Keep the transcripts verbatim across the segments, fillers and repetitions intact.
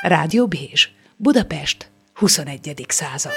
Rádió Bézs, Budapest, huszonegyedik század.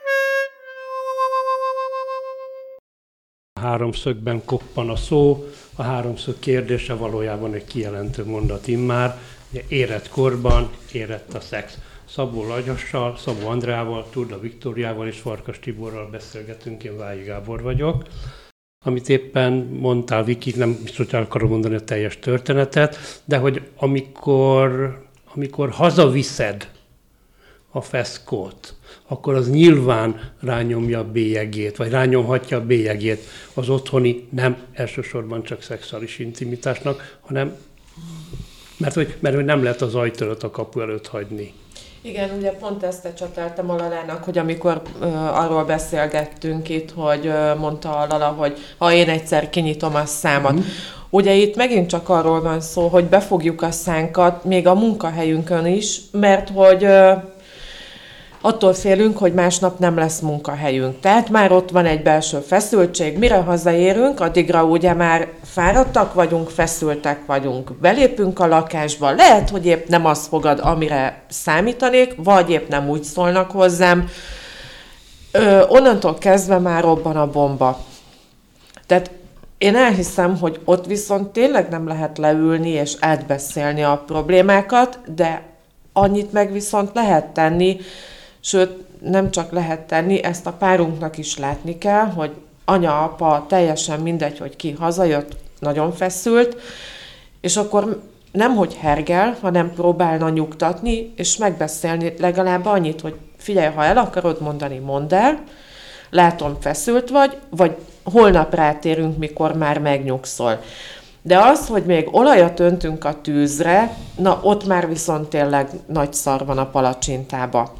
A háromszögben koppan a szó, a háromszög kérdése valójában egy kijelentő mondat immár. Érett korban, érett a szex. Szabó Lagyossal, Szabó Andrával, Turda Viktóriával és Farkas Tiborral beszélgetünk, én Vályi Gábor vagyok. Amit éppen mondtál, Viki, nem biztos, hogy el akarom mondani a teljes történetet, de hogy amikor, amikor hazaviszed a feszkót, akkor az nyilván rányomja a bélyegét, vagy rányomhatja a bélyegét az otthoni, nem elsősorban csak szexuális intimitásnak, hanem mert hogy, mert hogy nem lehet az ajtó előtt, a kapu előtt hagyni. Igen, ugye pont ezt csatáltam a Lalának, hogy amikor uh, arról beszélgettünk itt, hogy uh, mondta a Lala, hogy ha én egyszer kinyitom a számat. Mm. Ugye itt megint csak arról van szó, hogy befogjuk a szánkat, még a munkahelyünkön is, mert hogy uh, attól félünk, hogy másnap nem lesz munkahelyünk. Tehát már ott van egy belső feszültség. Mire hazaérünk, addigra ugye már fáradtak vagyunk, feszültek vagyunk. Belépünk a lakásba, lehet, hogy épp nem azt fogad, amire számítanék, vagy épp nem úgy szólnak hozzám. Ö, onnantól kezdve már robban a bomba. Tehát én elhiszem, hogy ott viszont tényleg nem lehet leülni és átbeszélni a problémákat, de annyit meg viszont lehet tenni, sőt, nem csak lehet tenni, ezt a párunknak is látni kell, hogy anya, apa, teljesen mindegy, hogy ki hazajött, nagyon feszült, és akkor nem hogy hergel, hanem próbálna nyugtatni, és megbeszélni legalább annyit, hogy figyelj, ha el akarod mondani, mondd el, látom, feszült vagy, vagy holnap rátérünk, mikor már megnyugszol. De az, hogy még olajat öntünk a tűzre, na ott már viszont tényleg nagy szar van a palacsintába.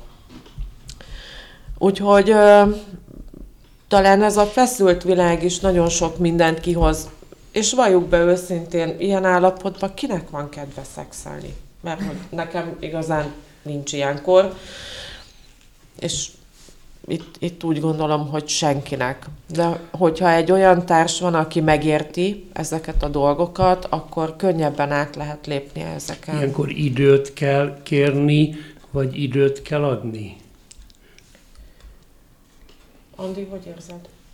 Úgyhogy ö, talán ez a feszült világ is nagyon sok mindent kihoz. És valljuk be őszintén, ilyen állapotban kinek van kedve szexelni? Mert hogy nekem igazán nincs ilyenkor. És itt, itt úgy gondolom, hogy senkinek. De hogyha egy olyan társ van, aki megérti ezeket a dolgokat, akkor könnyebben át lehet lépni ezeken. Ilyenkor időt kell kérni, vagy időt kell adni? Andi, hogy érzed?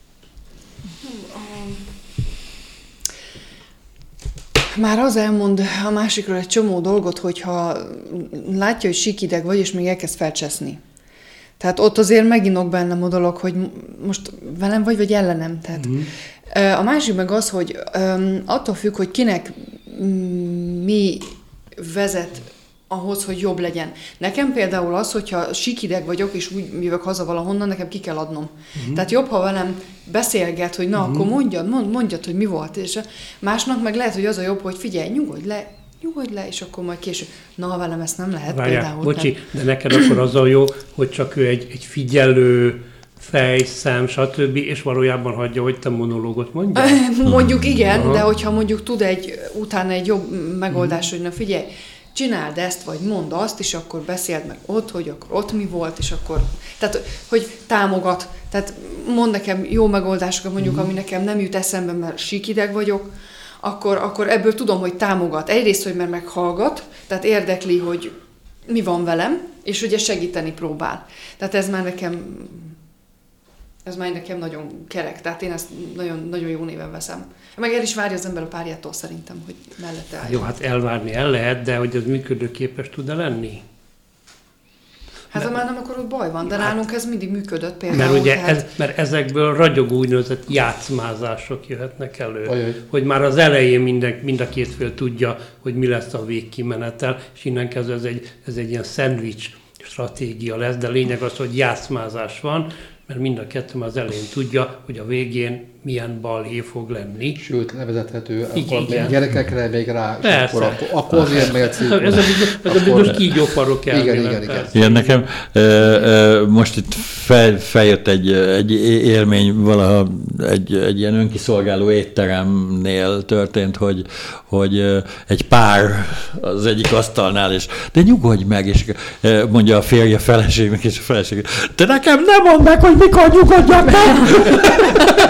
Már az elmond a másikról egy csomó dolgot, hogyha látja, hogy síkideg vagy, és még elkezd felcseszni. Tehát ott azért meginok bennem a dolog, hogy most velem vagy, vagy ellenem. Tehát mm. A másik meg az, hogy um, attól függ, hogy kinek mi vezet ahhoz, hogy jobb legyen. Nekem például az, hogyha síkideg vagyok, és úgy jövök haza valahonnan, nekem ki kell adnom. Uh-huh. Tehát jobb, ha velem beszélget, hogy na, uh-huh. akkor mondjad, mond, mondjad, hogy mi volt. És másnak meg lehet, hogy az a jobb, hogy figyelj, nyugodj le, nyugodj le, és akkor majd később. Na, ha velem ezt nem lehet. Várjál, például. Bocsi, nem. De neked akkor az a jó, hogy csak ő egy, egy figyelő, fej, szem, stb., és valójában hagyja, hogy te monológot mondjál? Mondjuk igen, uh-huh. de hogyha mondjuk tud egy, utána egy jobb megoldás, uh-huh. hogy na figyelj, csináld ezt, vagy mondd azt, és akkor beszéld meg ott, hogy akkor ott mi volt, és akkor, tehát, hogy támogat, tehát mond nekem jó megoldásokat, mondjuk, mm. ami nekem nem jut eszembe, mert síkideg vagyok, akkor, akkor ebből tudom, hogy támogat. Egyrészt, hogy mert meghallgat, tehát érdekli, hogy mi van velem, és ugye segíteni próbál. Tehát ez már nekem, ez már nekem nagyon kerek, tehát én ezt nagyon, nagyon jó néven veszem. Meg el is várja az ember a párjától szerintem, hogy mellette álljon. Jó, hát elvárni el lehet, de hogy az működőképes tud-e lenni? Hát ha már nem, akkor ott baj van, de hát, nálunk ez mindig működött például. Mert ugye tehát... ez, mert ezekből ragyogó úgynevezett játszmázások jöhetnek elő. Ajaj. Hogy már az elején minden, mind a két fél tudja, hogy mi lesz a végkimenetel, és innen kezdve ez egy, ez egy ilyen szendvics stratégia lesz, de lényeg az, hogy játszmázás van, mert mind a kettő az elején tudja, hogy a végén milyen balhé fog lenni. Sőt, levezethető, akkor igen. még gyerekekre még rá, Persze. akkor, akkor, akkor azért meg egy szép. Ez a bizonyos, ez a bizonyos kígyófarok elmélet. Igen, igen, igen. Igen, nekem e, e, most itt fel, feljött egy, egy élmény, valaha egy, egy ilyen önkiszolgáló étteremnél történt, hogy, hogy egy pár az egyik asztalnál, és de nyugodj meg, és mondja a férje feleségnek, és a feleség, de nekem nem mondd meg, hogy mikor nyugodjak meg!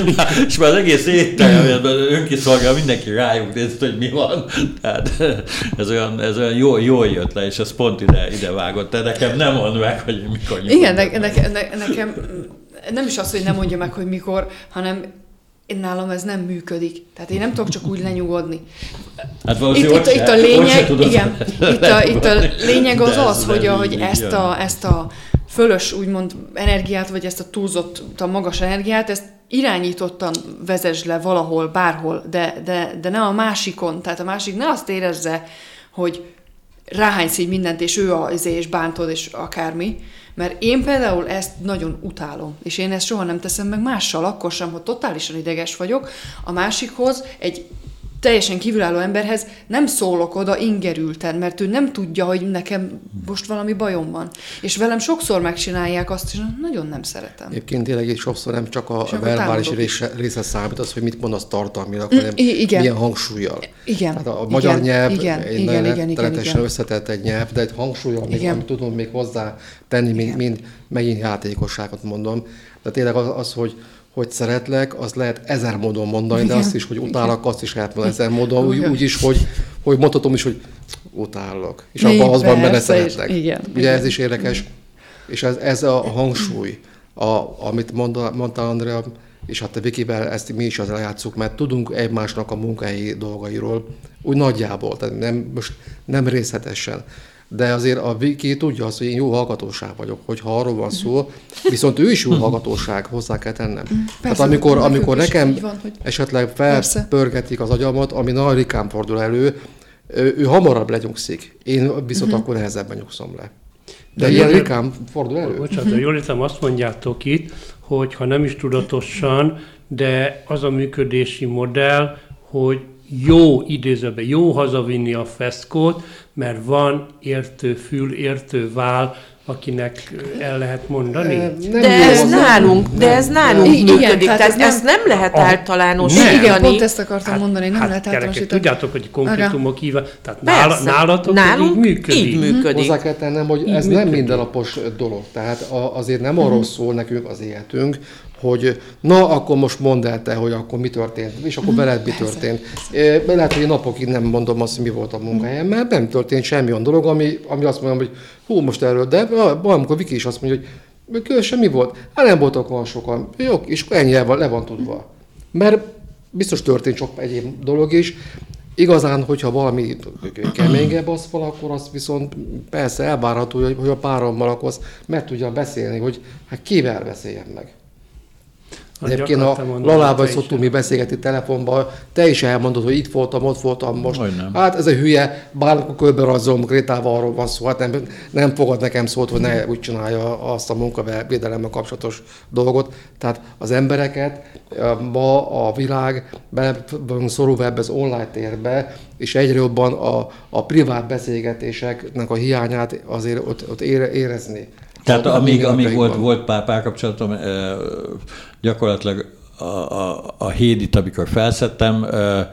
és már az egész étteremben önkiszolgál, mindenki rájuk néz, hogy mi van. Tehát ez olyan, ez olyan jól, jól jött le, és ez pont ide, ide vágott. De nekem nem mond meg, hogy mikor nyugodnak. Igen, ne, ne, ne, nekem nem is az, hogy nem mondja meg, hogy mikor, hanem én nálam ez nem működik. Tehát én nem tudok csak úgy lenyugodni. Hát itt, itt, itt a lényeg, igen, itt a, itt a lényeg az az, hogy, a, hogy ezt, a, ezt a fölös, úgymond energiát, vagy ezt a túlzott, a magas energiát, ezt irányítottan vezesd le valahol, bárhol, de, de, de ne a másikon. Tehát a másik ne azt érezze, hogy ráhánysz így mindent, és ő az és bántod, és akármi. Mert én például ezt nagyon utálom, és én ezt soha nem teszem meg mással, akkor sem, hogy totálisan ideges vagyok. A másikhoz, egy teljesen kívülálló emberhez nem szólok oda ingerülten, mert ő nem tudja, hogy nekem most valami bajom van. És velem sokszor megcsinálják azt, és nagyon nem szeretem. Egyébként tényleg így sokszor nem csak a verbális része, része számít az, hogy mit mondasz tartalmilag, hanem igen. milyen hangsúllyal. Igen. Tehát a magyar igen. nyelv igen. egy igen. nagyon igen. teletesen összetett egy nyelv, de egy hangsúllyal, még, amit tudunk még hozzá tenni, mint, mint megint játékosságot mondom. De tényleg az, az hogy hogy szeretlek, azt lehet ezer módon mondani, de azt is, hogy utálok, azt is lehet mondani ezer módon, úgy, úgy is, hogy, hogy mondhatom is, hogy utállok. És abban az van benne szeretlek. Igen, Ugye igen. ez is érdekes, és ez, ez a hangsúly, a, amit mondta, mondta Andrea, és hát a Vikivel ezt mi is az eljátszuk, mert tudunk egymásnak a munkahelyi dolgairól, úgy nagyjából, tehát nem, most nem részletesen. De azért a Viki tudja azt, hogy én jó hallgatóság vagyok, hogyha arról van szó, viszont ő is jó hallgatóság, hozzá kell tennem. Persze, tehát amikor, amikor nekem van, hogy... esetleg felpörgetik az agyamat, ami nagy rikán fordul elő, ő, ő hamarabb lenyugszik. Én viszont uh-huh. akkor nehezebben nyugszom le. De, de ilyen rikán fordul elő. Bocsánat, de jól értem, azt mondjátok itt, hogy ha nem is tudatosan, de az a működési modell, hogy jó idézőben, jó hazavinni a feszkót, mert van értő fül, értő vál, akinek el lehet mondani? Nem de ez az nálunk, nem, de ez nálunk nem, működik, igen, tehát, tehát ezt nem, nem lehet általánosítani. Igen, pont ezt akartam hát, mondani, nem hát lehet általánosítani. Tudjátok, hogy konkrétumok hívva, tehát nála, nálatok nálunk így működik. Így működik. Hozzá kell tennem, hogy így ez működik. Nem mindennapos dolog, tehát azért nem arról mm. szól nekünk az életünk, hogy na, akkor most mondd el te, hogy akkor mi történt, és akkor veled mi történt. Persze. Lehet, hogy napokig nem mondom azt, hogy mi volt a munkahelyen, mert nem történt semmi olyan dolog, ami, ami azt mondom, hogy hú, most erről, de valamikor Viki is azt mondja, hogy különösen mi volt? Hát nem voltak olyan sokan. Jó, és akkor ennyi le van tudva. Mert biztos történt sok egyéb dolog is. Igazán, hogyha valami keményebb az val, akkor az viszont persze elvárható, hogy a párommal akkor azt meg tudja beszélni, hogy hát kivel beszéljen meg. Egyébként a Lalával szoktunk mi beszélgetni telefonban, te is elmondod, hogy itt voltam, ott voltam most. Hát ez a hülye, bármikor körbe rajzolom, Grétával arról van szó, hát nem, nem fogad nekem szót, hogy ne úgy csinálja azt a munkavédelemmel kapcsolatos dolgot. Tehát az embereket ma a világ be van szorulva ebbe az online térbe, és egyre jobban a, a privát beszélgetéseknek a hiányát azért ott, ott érezni. Tehát amíg, amíg volt, volt pár párkapcsolatom, gyakorlatilag a, a, a Hédit, amikor felszedtem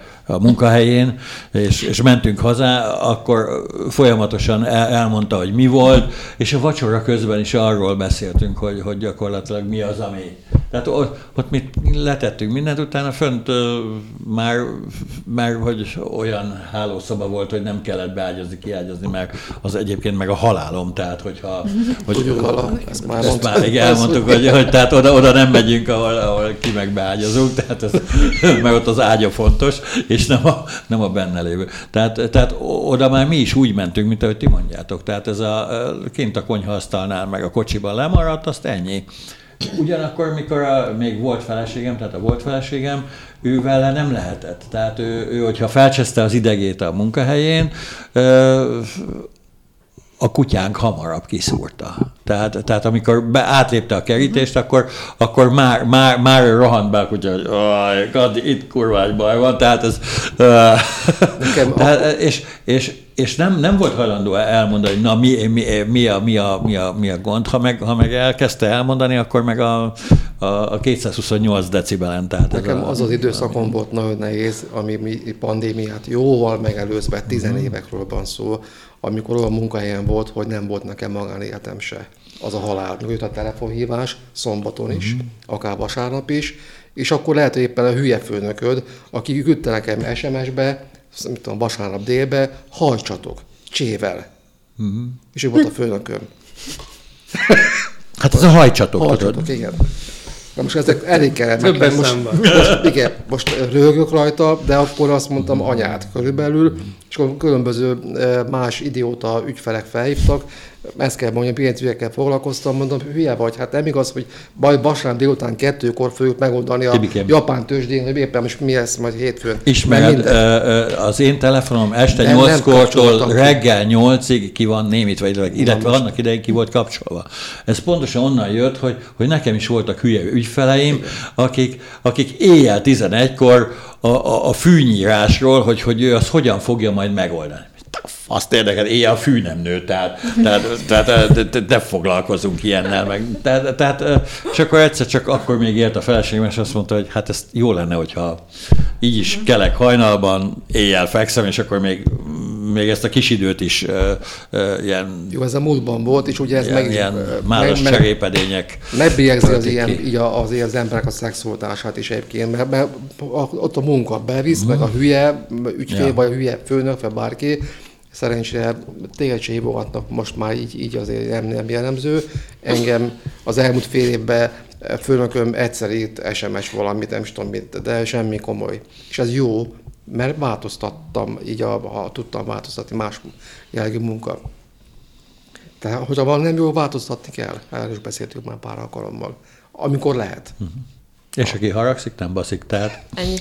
a munkahelyén, és, és mentünk haza, akkor folyamatosan el, elmondta, hogy mi volt, és a vacsora közben is arról beszéltünk, hogy, hogy gyakorlatilag mi az, ami... Tehát ott, ott mit letettünk mindent, utána fönt uh, már, már hogy olyan hálószoba volt, hogy nem kellett beágyazni, kiágyazni, mert az egyébként meg a halálom, tehát hogyha... Hogy, Tudjuk, halál, ezt már ezt már igen, elmondtuk, hogy, hogy tehát oda, oda nem megyünk, ahol, ahol ki meg beágyazunk, tehát ez, meg ott az ágya fontos, és nem a, nem a benne lévő. Tehát, tehát oda már mi is úgy mentünk, mint ahogy ti mondjátok. Tehát ez a kint a konyhaasztalnál meg a kocsiban lemaradt, azt ennyi. Ugyanakkor, mikor a, még volt feleségem, tehát a volt feleségem, ő vele nem lehetett. Tehát ő, ő hogyha felcseszte az idegét a munkahelyén, ö, a kutyánk hamarabb kiszúrta. Tehát, tehát amikor be, átlépte a kerítést, akkor, akkor már, már, már rohant be a kutya, hogy Gadi, itt kurvány baj van. Tehát ez, uh, tehát, és, és, és nem, nem volt hajlandó elmondani, hogy na mi, mi, mi, a, mi, a, mi, a, mi a gond. Ha meg, ha meg elkezdte elmondani, akkor meg a, a, a kétszázhuszonnyolc decibelen. Tehát nekem az az időszakom ami... volt nagyon nehéz, ami mi pandémiát jóval megelőzve, tizen uh-huh. évekről van szó, amikor olyan munkahelyen volt, hogy nem volt nekem magánéletem se. Az a halál. Jött a telefonhívás szombaton is, uh-huh. akár vasárnap is, És akkor lehet, hogy éppen a hülye főnököd, aki küldte nekem es em es-be, mit tudom, vasárnap délbe, hajtsatok, csével. Uh-huh. És ő volt a főnököm. Hát ez a hajtsatok, hajtsatok tudod. Igen. Na most ezek elég kellemetlen. Most, most, igen, most röhögök rajta, de akkor azt mondtam anyát körülbelül, és akkor különböző más idióta ügyfelek felhívtak, ezt kell mondjam, pénzügyekkel foglalkoztam, mondom, hülye vagy, hát nem igaz, hogy baj, vasárnap délután kettőkor fogjuk megoldani a Tibikem. japán tőzsdén, hogy éppen most mi lesz majd hétfőn. Ismered, az én telefonom este nyolckor reggel nyolcig ki van némítva, illetve annak idején ki volt kapcsolva. Ez pontosan onnan jött, hogy, hogy nekem is voltak hülye ügyfeleim, akik, akik éjjel tizenegykor a, a, a fűnyírásról, hogy, hogy ő azt hogyan fogja majd megoldani. Azt érdekel, éjjel a fű nem nő, tehát, tehát, tehát ne foglalkozunk ilyennel. Meg, tehát, tehát, és akkor egyszer csak akkor még ért a feleségem, és azt mondta, hogy hát ez jó lenne, hogyha így is kelek hajnalban, éjjel fekszem, és akkor még, még ezt a kis időt is uh, uh, ilyen... Jó, ez a múltban volt, és ugye ez ilyen, meg... Ilyen málas meg, cserépedények. Megbélyegzi az, ilyen, így az, az emberek a szexualitását is egyébként, mert, mert ott a munka bevisz, mm. meg a hülye ügyfél, ja. vagy a hülye főnök, vagy bárki, szerencsére téged se hívogatnak, most már így, így azért nem, nem jellemző. Engem az elmúlt fél évben főnököm egyszer írt es em es valamit, nem tudom mit, de semmi komoly. És ez jó, mert változtattam, így a, ha tudtam változtatni más jellegű munka. Tehát, hogyha van nem jó, változtatni kell. Erről is beszéltünk már pár alkalommal. Amikor lehet. Uh-huh. És aki haragszik, nem baszik, tehát... Ennyi.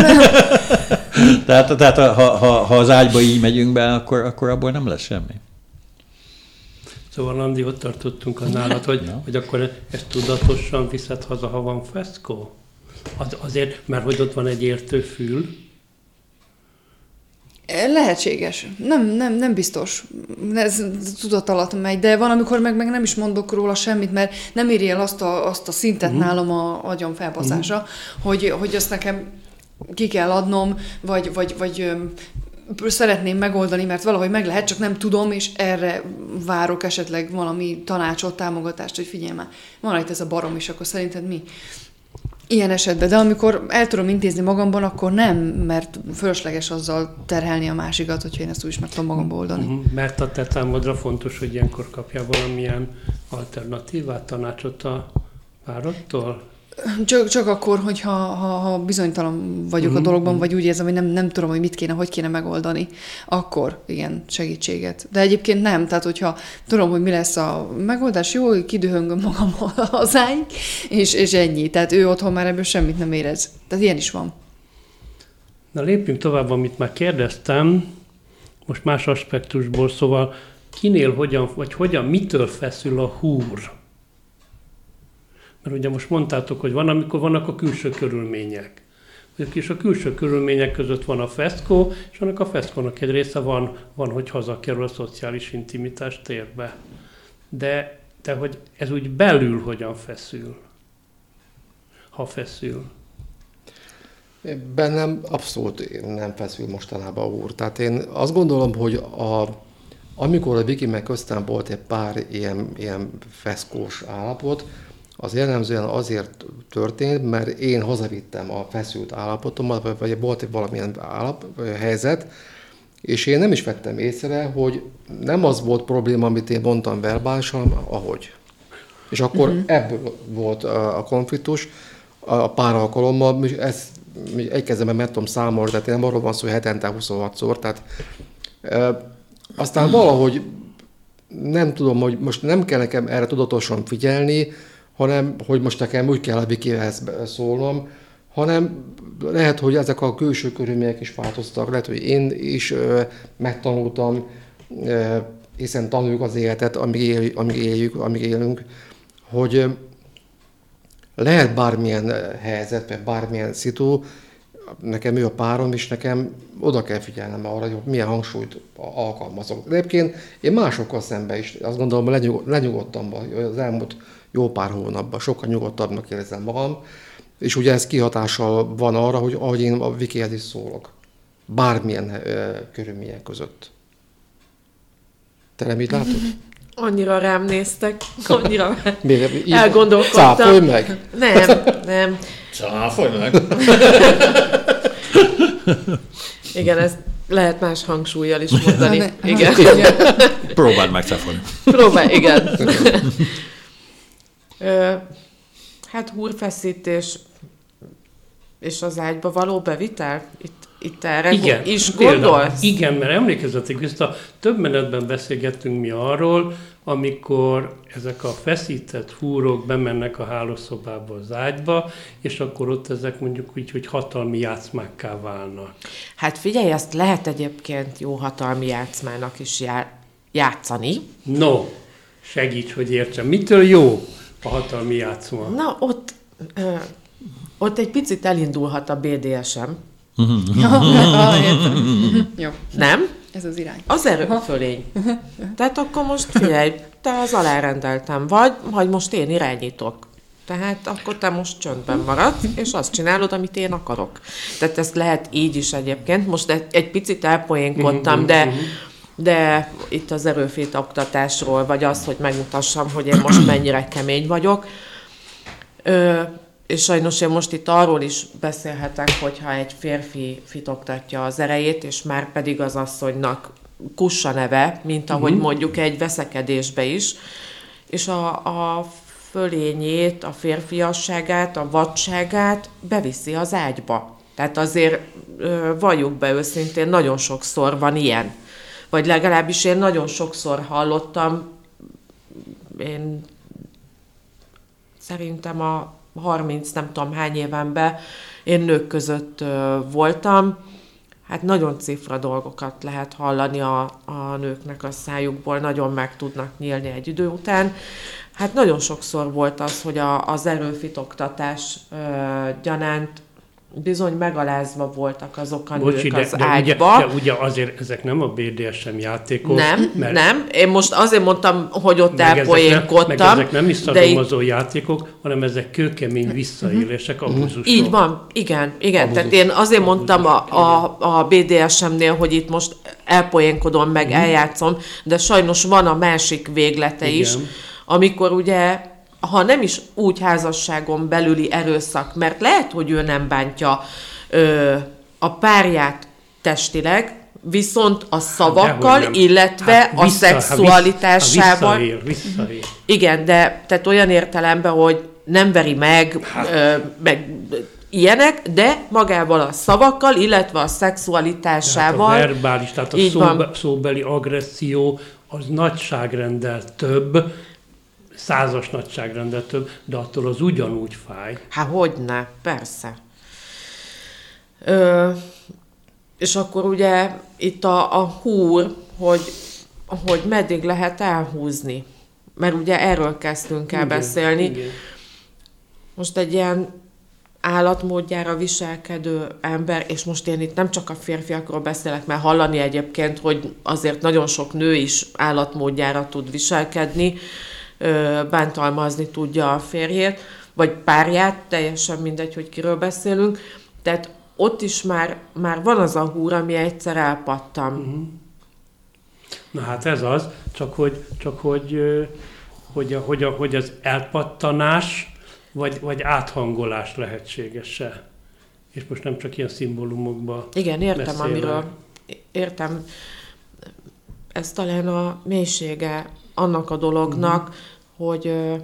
tehát tehát ha, ha, ha az ágyba így megyünk be, akkor, akkor abból nem lesz semmi. Szóval, Andi, ott tartottunk a nálad, hogy, no. hogy akkor ezt tudatosan viszed haza, ha van feszkó? Az, azért, mert hogy ott van egy értő fül? Lehetséges. Nem, nem, nem biztos. Ez tudat alatt megy, de van, amikor meg, meg nem is mondok róla semmit, mert nem éri el azt a, azt a szintet uh-huh. nálam a agyam felbaszása, uh-huh. hogy, hogy azt nekem ki kell adnom, vagy, vagy, vagy ö, szeretném megoldani, mert valahogy meg lehet, csak nem tudom, és erre várok esetleg valami tanácsot, támogatást, hogy figyelj már, van itt ez a barom is, akkor szerinted mi? Ilyen esetben, de amikor el tudom intézni magamban, akkor nem, mert fölösleges azzal terhelni a másikat, hogyha én ezt úgyis meg tudom magamba oldani. Uh-huh. Mert a te számodra fontos, hogy ilyenkor kapja valamilyen alternatívát, tanácsot a párodtól? Csak, csak akkor, hogyha ha, ha bizonytalan vagyok uh-huh. a dologban, vagy úgy érzem, hogy nem, nem tudom, hogy mit kéne, hogy kéne megoldani, akkor igen, segítséget. De egyébként nem, tehát hogyha tudom, hogy mi lesz a megoldás, jó, kidühöngöm magam hazáig, és, és ennyi. Tehát ő otthon már ebből semmit nem érez. Tehát ilyen is van. Na lépjünk tovább, amit már kérdeztem, most más aspektusból, szóval kinél hogyan, vagy hogyan, mitől feszül a húr? Mert ugye most mondtátok, hogy van, amikor vannak a külső körülmények. És a külső körülmények között van a feszkó, és annak a feszkónak egy része van, van hogy hazakerül a szociális intimitás térbe. De, de hogy ez úgy belül hogyan feszül, ha feszül. Bennem abszolút nem feszül mostanában a úr. Tehát én azt gondolom, hogy a, amikor a Viki meg köztem volt egy pár ilyen, ilyen feszkós állapot, az jellemzően azért történt, mert én hazavittem a feszült állapotomat, vagy volt valamilyen állap, helyzet, és én nem is vettem észre, hogy nem az volt probléma, amit én mondtam verbálisan, ahogy. És akkor uh-huh. ebből volt a, a konfliktus a pár alkalommal, ezt egy kezemben meg tudom számolni, tehát nem arról van szó, hogy hetente huszonhatszor, tehát e, aztán valahogy nem tudom, hogy most nem kell nekem erre tudatosan figyelni, hanem hogy most nekem úgy kell a Vikihez szólnom, hanem lehet, hogy ezek a külső körülmények is változtak, lehet, hogy én is ö, megtanultam, ö, hiszen tanuljuk az életet, amíg, él, amíg éljük, amíg élünk, hogy ö, lehet bármilyen helyzet, vagy bármilyen szitu, nekem ő a párom, és nekem oda kell figyelnem arra, hogy milyen hangsúlyt alkalmazok. De egyébként én másokkal szemben is azt gondolom, hogy lenyugod, lenyugodtam az elmúlt jó pár hónapban, sokkal nyugodtabbnak érzem magam, és ugye ez kihatással van arra, hogy ahogy én a Vikihez is szólok, bármilyen ö, körülmények között. Te nem így látod? Annyira rám néztek, annyira Miért? elgondolkodtam. Cáfolj meg! Nem, nem. Cáfolj meg! Igen, ezt lehet más hangsúlyjal is mondani. Ne, Igen. Próbáld meg cáfolni. Próbálj, igen. Ö, hát húrfeszítés és az ágyba való bevitel? Itt, itt erre Igen, is például, gondolsz? igen, mert emlékezzetek vissza, több menetben beszélgettünk mi arról, amikor ezek a feszített húrok bemennek a hálószobába, az ágyba, és akkor ott ezek mondjuk úgy, hogy hatalmi játszmákká válnak. Hát figyelj, ezt lehet egyébként jó hatalmi játszmának is já- játszani. No, segíts, hogy értsem. Mitől jó a hatalmi játszma? Na, ott, ö, ott egy picit elindulhat a bé dé es em. Ah, értem. Jó, Nem? ez az irány. Az erőfölény. Tehát akkor most figyelj, te az alárendeltem vagy, vagy most én irányítok. Tehát akkor te most csöndben maradsz, és azt csinálod, amit én akarok. Tehát ezt lehet így is egyébként. Most egy, egy picit elpoénkodtam, de, de itt az erőfét oktatásról, vagy az, hogy megmutassam, hogy én most mennyire kemény vagyok. Ö, és sajnos én most itt arról is beszélhetek, hogyha egy férfi fitoktatja az erejét, és már pedig az asszonynak kussa neve, mint ahogy uh-huh. mondjuk egy veszekedésbe is, és a, a fölényét, a férfiasságát, a vadságát beviszi az ágyba. Tehát azért ö, valljuk be őszintén, nagyon sokszor van ilyen. Vagy legalábbis én nagyon sokszor hallottam, én szerintem a harminc nem tudom hány évenben én nők között ö, voltam, hát nagyon cifra dolgokat lehet hallani a, a nőknek a szájukból, nagyon meg tudnak nyílni egy idő után. Hát nagyon sokszor volt az, hogy a, az erőfitoktatás ö, gyanánt bizony megalázva voltak azok a Bocsi, nők de, az de, ágyba. ugye, de ugye azért ezek nem a bé dé es em játékok. Nem, mert nem. Én most azért mondtam, hogy ott meg ezek, nem, elpoénkodtam. meg ezek nem is de így- szadomazó játékok, hanem ezek kőkemény visszaélések, abúzusok. Így van, igen, igen. Abúzus. Tehát én azért mondtam a, Abúzus, a, a bé dé es em-nél, hogy itt most elpoénkodom, meg Mhm. eljátszom, de sajnos van a másik véglete Igen. is, amikor ugye, ha nem is úgy házasságon belüli erőszak, mert lehet, hogy ő nem bántja ö, a párját testileg, viszont a szavakkal, Dehogy nem. illetve Hát a vissza- hát vissza- szexualitásával. hát Visszaél, visszaél. Igen, de tehát olyan értelemben, hogy nem veri meg, Hát. ö, meg ilyenek, de magával a szavakkal, illetve a Tehát szexualitásával. a verbális, tehát a Így szóbe, van. szóbeli agresszió az nagyságrendel több, százas nagyságrendel több, de attól az ugyanúgy fáj. Hát hogyne, persze. Ö, és akkor ugye itt a, a húr, hogy, hogy meddig lehet elhúzni. Mert ugye erről kezdtünk el Igen, beszélni. igen. Most egy ilyen állatmódjára viselkedő ember, és most én itt nem csak a férfiakról beszélek, mert hallani egyébként, hogy azért nagyon sok nő is állatmódjára tud viselkedni, ö, bántalmazni tudja a férjét, vagy párját, teljesen mindegy, hogy kiről beszélünk. Tehát ott is már, már van az a húr, ami egyszer elpattam. Uh-huh. Na hát ez az, csak hogy, csak hogy, ö, hogy, a, hogy, a, hogy az elpattanás, vagy, vagy áthangolás lehetséges-e. És most nem csak ilyen szimbólumokban Igen, értem, beszélek. amiről. Értem. Ez talán a mélysége annak a dolognak, uh-huh. hogy ö,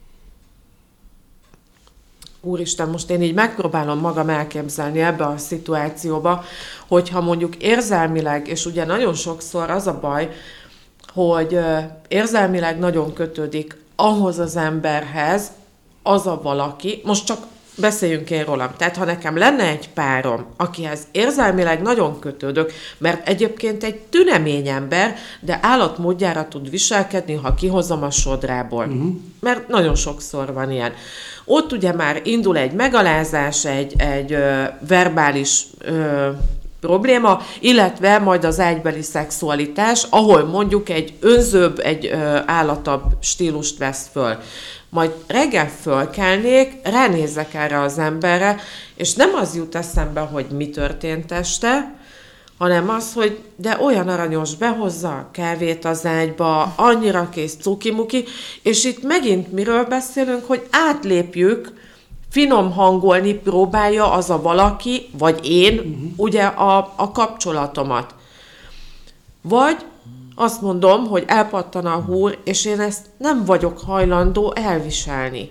úristen, most én így megpróbálom magam elképzelni ebbe a szituációba, hogyha mondjuk érzelmileg, és ugye nagyon sokszor az a baj, hogy ö, érzelmileg nagyon kötődik ahhoz az emberhez, az a valaki, most csak beszéljünk én rólam, tehát ha nekem lenne egy párom, akihez érzelmileg nagyon kötődök, mert egyébként egy tünemény ember, de állatmódjára tud viselkedni, ha kihozom a sodrából. Uh-huh. Mert nagyon sokszor van ilyen. Ott ugye már indul egy megalázás, egy, egy ö, verbális ö, probléma, illetve majd az ágybeli szexualitás, ahol mondjuk egy önzőbb, egy ö, állatabb stílust vesz föl. Majd reggel fölkelnék, ránézek erre az emberre, és nem az jut eszembe, hogy mi történt este, hanem az, hogy de olyan aranyos, behozza a kávét az ágyba, annyira kész cukimuki, és itt megint miről beszélünk, hogy átlépjük, finom hangolni próbálja az a valaki, vagy én, uh-huh. ugye a, a kapcsolatomat. Vagy azt mondom, hogy elpattan a húr, és én ezt nem vagyok hajlandó elviselni.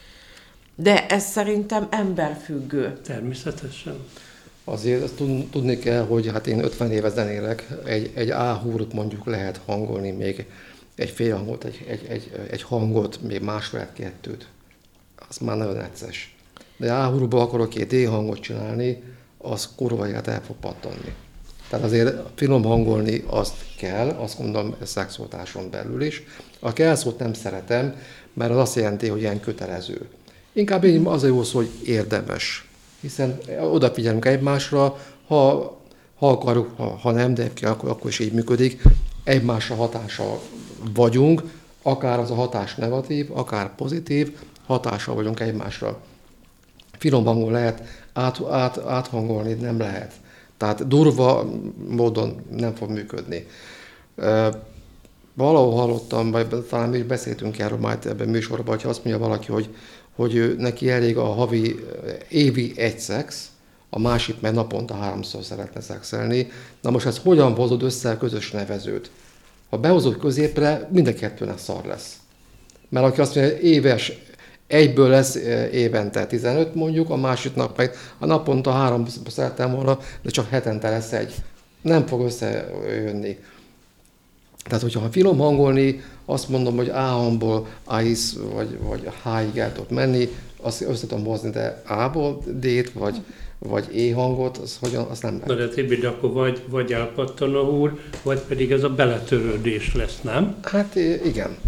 De ez szerintem emberfüggő. Természetesen. Azért azt tudni kell, hogy hát én ötven éve zenélek, egy, egy A-húrt mondjuk lehet hangolni, még egy fél hangot, egy, egy, egy, egy hangot, még másfél kettőt. Az már nagyon necces. De A-húrba akarok egy D-hangot csinálni, az kurva élet el fog pattanni. Tehát azért finom hangolni azt kell, azt mondom szexualitáson belül is. A kell-szót nem szeretem, mert az azt jelenti, hogy ilyen kötelező. Inkább én az a jó szó, hogy érdemes. Hiszen odafigyelünk egymásra, ha, ha akarjuk, ha, ha nem, de akkor, akkor is így működik. Egymásra hatással vagyunk, akár az a hatás negatív, akár pozitív, hatással vagyunk egymásra. Finom hangon lehet, át, át, áthangolni nem lehet. Tehát durva módon nem fog működni. E, valahol hallottam, vagy talán mi is beszéltünk erről majd ebben a műsorban, hogyha azt mondja valaki, hogy, hogy neki elég a havi, évi egy szex, a másik meg naponta háromszor szeretne szexelni. Na most ez hogyan hozod össze a közös nevezőt? Ha behozod középre, mind a kettőnek szar lesz. Mert aki azt mondja, éves, egyből lesz évente tizenöt mondjuk, a másiknak meg a naponta három szerettem volna, de csak hetente lesz egy. Nem fog összejönni. Tehát, hogyha finom hangolni, azt mondom, hogy A-hangból A-is, vagy, vagy H-ig el tudok menni, azt össze tudom hozni, de A-ból D-t, vagy, vagy E-hangot, az, hogyan, azt nem lehet. Na de Tibi, de akkor vagy, vagy elpattan a húr, vagy pedig ez a beletörődés lesz, nem? Hát igen.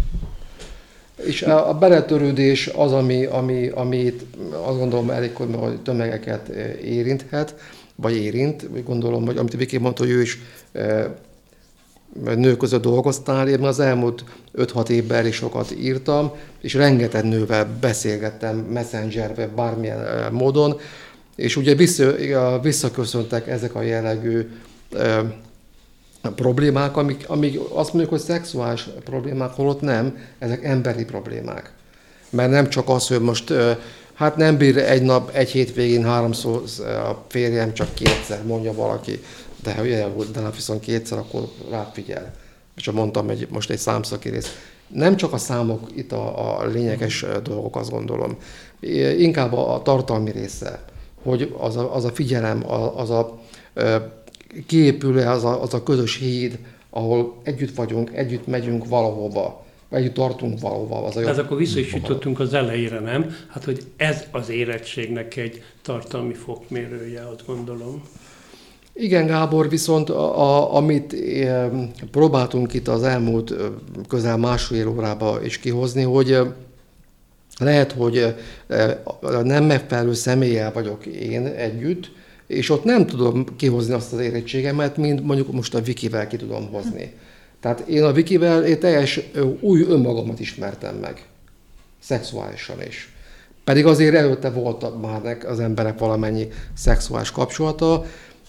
És a beletörődés az, ami, ami, amit azt gondolom elég, hogy tömegeket érinthet, vagy érint. Gondolom, hogy amit Viki mondta, hogy ő is e, nők között dolgoztál, én az elmúlt öt-hat évben elég sokat írtam, és rengeteg nővel beszélgettem messengerben, bármilyen módon, és ugye vissza, visszaköszöntek ezek a jellegű e, problémák, amik, amik azt mondjuk, hogy szexuális problémák, holott nem, ezek emberi problémák. Mert nem csak az, hogy most, hát nem bír egy nap, egy hétvégén háromszor a férjem, csak kétszer, mondja valaki, de ha olyan volt, de viszont kétszer, akkor ráfigyel. És mondtam egy, most egy számszakirészt. Nem csak a számok itt a, a lényeges dolgok, azt gondolom. Inkább a, a tartalmi része, hogy az a, az a figyelem, az a kiépül-e az a, az a közös híd, ahol együtt vagyunk, együtt megyünk valahova, együtt tartunk valahova. Az a Ez akkor vissza is jutottunk az elejére, nem? Hát, hogy ez az érettségnek egy tartalmi fokmérője, azt gondolom. Igen, Gábor, viszont a, a, amit e, próbáltunk itt az elmúlt közel másfél órában is kihozni, hogy e, lehet, hogy e, nem megfelelő személlyel vagyok én együtt, és ott nem tudom kihozni azt az érettségemet, mint mondjuk most a Vikivel ki tudom hozni. Tehát én a Vikivel én teljes új önmagamat ismertem meg, szexuálisan is. Pedig azért előtte volt már az emberek valamennyi szexuális kapcsolata.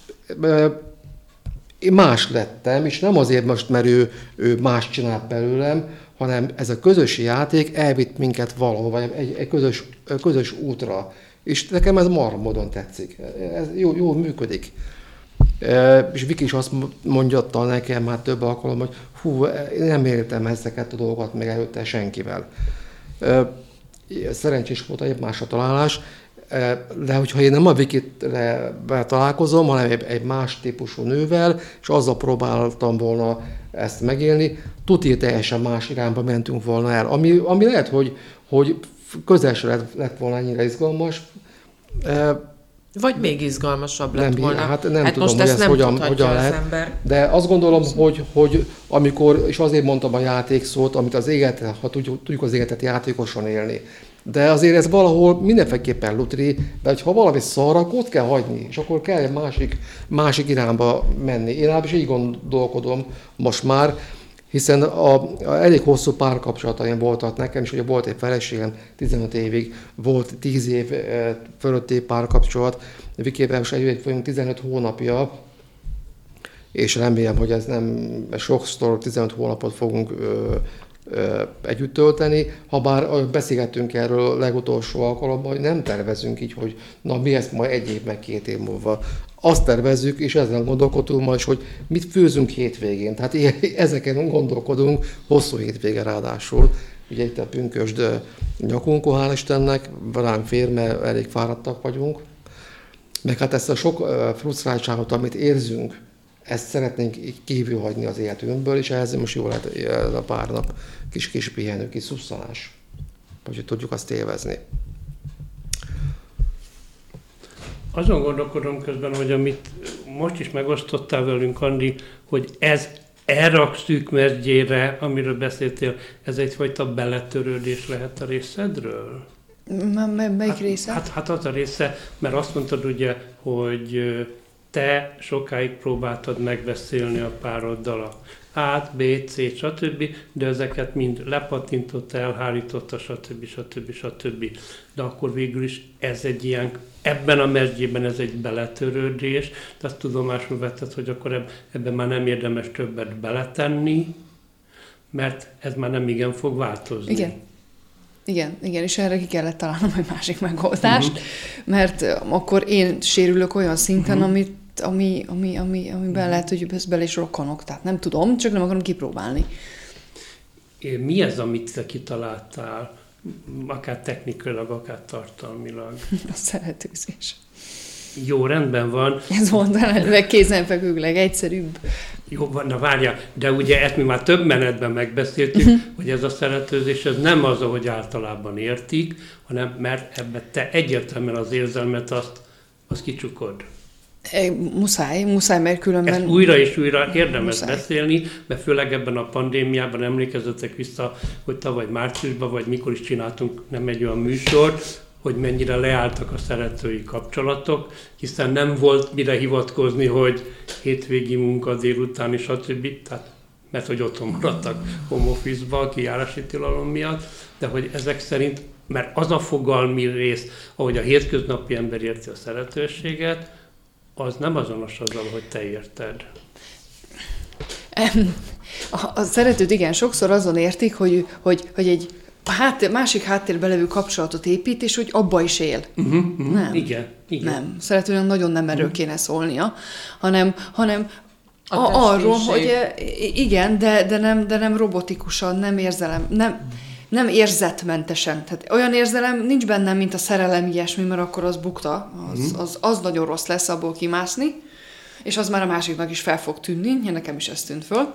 Én más lettem, és nem azért most, mert ő, ő más csinált belőlem, hanem ez a közös játék elvitt minket valahova, egy, egy közös, közös útra. És nekem ez marha módon tetszik. Ez jó, jól működik. E, és Viki is azt mondja nekem már több alkalommal, hogy hú, én nem értem ezeket a dolgokat még előtte senkivel. E, szerencsés volt egy más a találás, e, de hogyha én nem a Vikivel találkozom, hanem egy, egy más típusú nővel, és azzal próbáltam volna ezt megélni, tuti teljesen más irányba mentünk volna el. Ami, ami lehet, hogy, hogy közel se lett, lett volna ennyire izgalmas. Vagy még izgalmasabb lett nem, volna. Hát nem hát tudom, most hogy ezt ez nem hogyan, hogyan lehet. Ember. De azt gondolom, hogy, hogy amikor, és azért mondtam a játékszót, amit az égetet, ha tudjuk, tudjuk az égetet játékosan élni. De azért ez valahol mindenféleképpen lutri, de ha valami szar, akkor ott kell hagyni, és akkor kell egy másik, másik irányba menni. Én legalábbis így gondolkodom most már, hiszen a, a elég hosszú párkapcsolataim voltak nekem, és ugye volt egy feleségem, tizenöt évig, volt tíz év fölötti párkapcsolat, Vikivel most együtt vagyunk tizenöt hónapja, és remélem, hogy ez nem sokszor tizenöt hónapot fogunk ö, ö, együtt tölteni, ha bár beszélgettünk erről legutolsó alkalommal, hogy nem tervezünk így, hogy na mi ezt majd egy év, meg két év múlva. Azt tervezzük, és ezen gondolkodunk majd, hogy mit főzünk hétvégén. Tehát ezeken gondolkodunk, hosszú hétvége ráadásul. Ugye itt a pünkösd nyakunkon, hál' Istennek, ránk fér, mert elég fáradtak vagyunk. Meg hát ezt a sok frusztráltságot, amit érzünk, ezt szeretnénk kívül hagyni az életünkből, és ehhez most jó lehet ez a pár nap kis-kis pihenő, kis szusszanás, hogy tudjuk azt élvezni. Azon gondolkodom közben, hogy amit most is megosztottál velünk, Andi, hogy ez erre a szűk mesdjére, amiről beszéltél, ez egyfajta beletörődés lehet a részedről? M- melyik hát, része? Hát, hát az a része, mert azt mondtad ugye, hogy te sokáig próbáltad megbeszélni a pároddal a A-t, B-t, C-t, stb., de ezeket mind lepattintotta, elhárította, stb. stb. stb. De akkor végül is ez egy ilyen, ebben a mesdjében ez egy beletörődés, de azt tudomásul vetted, hogy akkor ebben már nem érdemes többet beletenni, mert ez már nem igen fog változni. Igen. Igen, igen, és erre ki kellett találnom egy másik megoldást, uh-huh. mert akkor én sérülök olyan szinten, uh-huh. amit ami, ami, ami, amiben lehet, hogy ezt bele is rokkanok. Tehát nem tudom, csak nem akarom kipróbálni. Mi ez, amit te kitaláltál? Akár technikailag, akár tartalmilag? A szeretőzés. Jó, rendben van. Ez volt a legkézenfekvőbb, legegyszerűbb. Jó, na várjál, de ugye ezt mi már több menetben megbeszéltük, uh-huh. hogy ez a szeretőzés ez nem az, ahogy általában értik, hanem mert ebben te egyértelműen az érzelmet azt, azt kicsukod. Muszáj, muszáj, mert különben... Ezt újra és újra érdemes muszáj. beszélni, mert főleg ebben a pandémiában emlékezzetek vissza, hogy tavaly márciusban, vagy mikor is csináltunk nem egy olyan műsort, hogy mennyire leálltak a szeretői kapcsolatok, hiszen nem volt mire hivatkozni, hogy hétvégi munka, délutáni, stb. Tehát, mert hogy otthon maradtak home office-ba a kijárási tilalom miatt, de hogy ezek szerint, mert az a fogalmi rész, ahogy a hétköznapi ember érti a szeretőséget, az nem azonos azzal, hogy te érted. A, a szeretőt igen, sokszor azon értik, hogy, hogy, hogy egy háttér, másik háttérbe levő kapcsolatot épít, és hogy abba is él. Uh-huh, uh-huh. Nem. Igen, igen. Nem. Szeretőnek nagyon nem erről kéne szólnia, hanem, hanem a a, arról, hogy igen, de, de, nem, de nem robotikusan, nem érzelem, nem, nem érzetmentesen. Tehát olyan érzelem nincs bennem, mint a szerelem, ilyesmi, mert akkor az bukta, az, uh-huh. az, az nagyon rossz lesz abból kimászni, és az már a másiknak is fel fog tűnni, nekem is ez tűnt föl.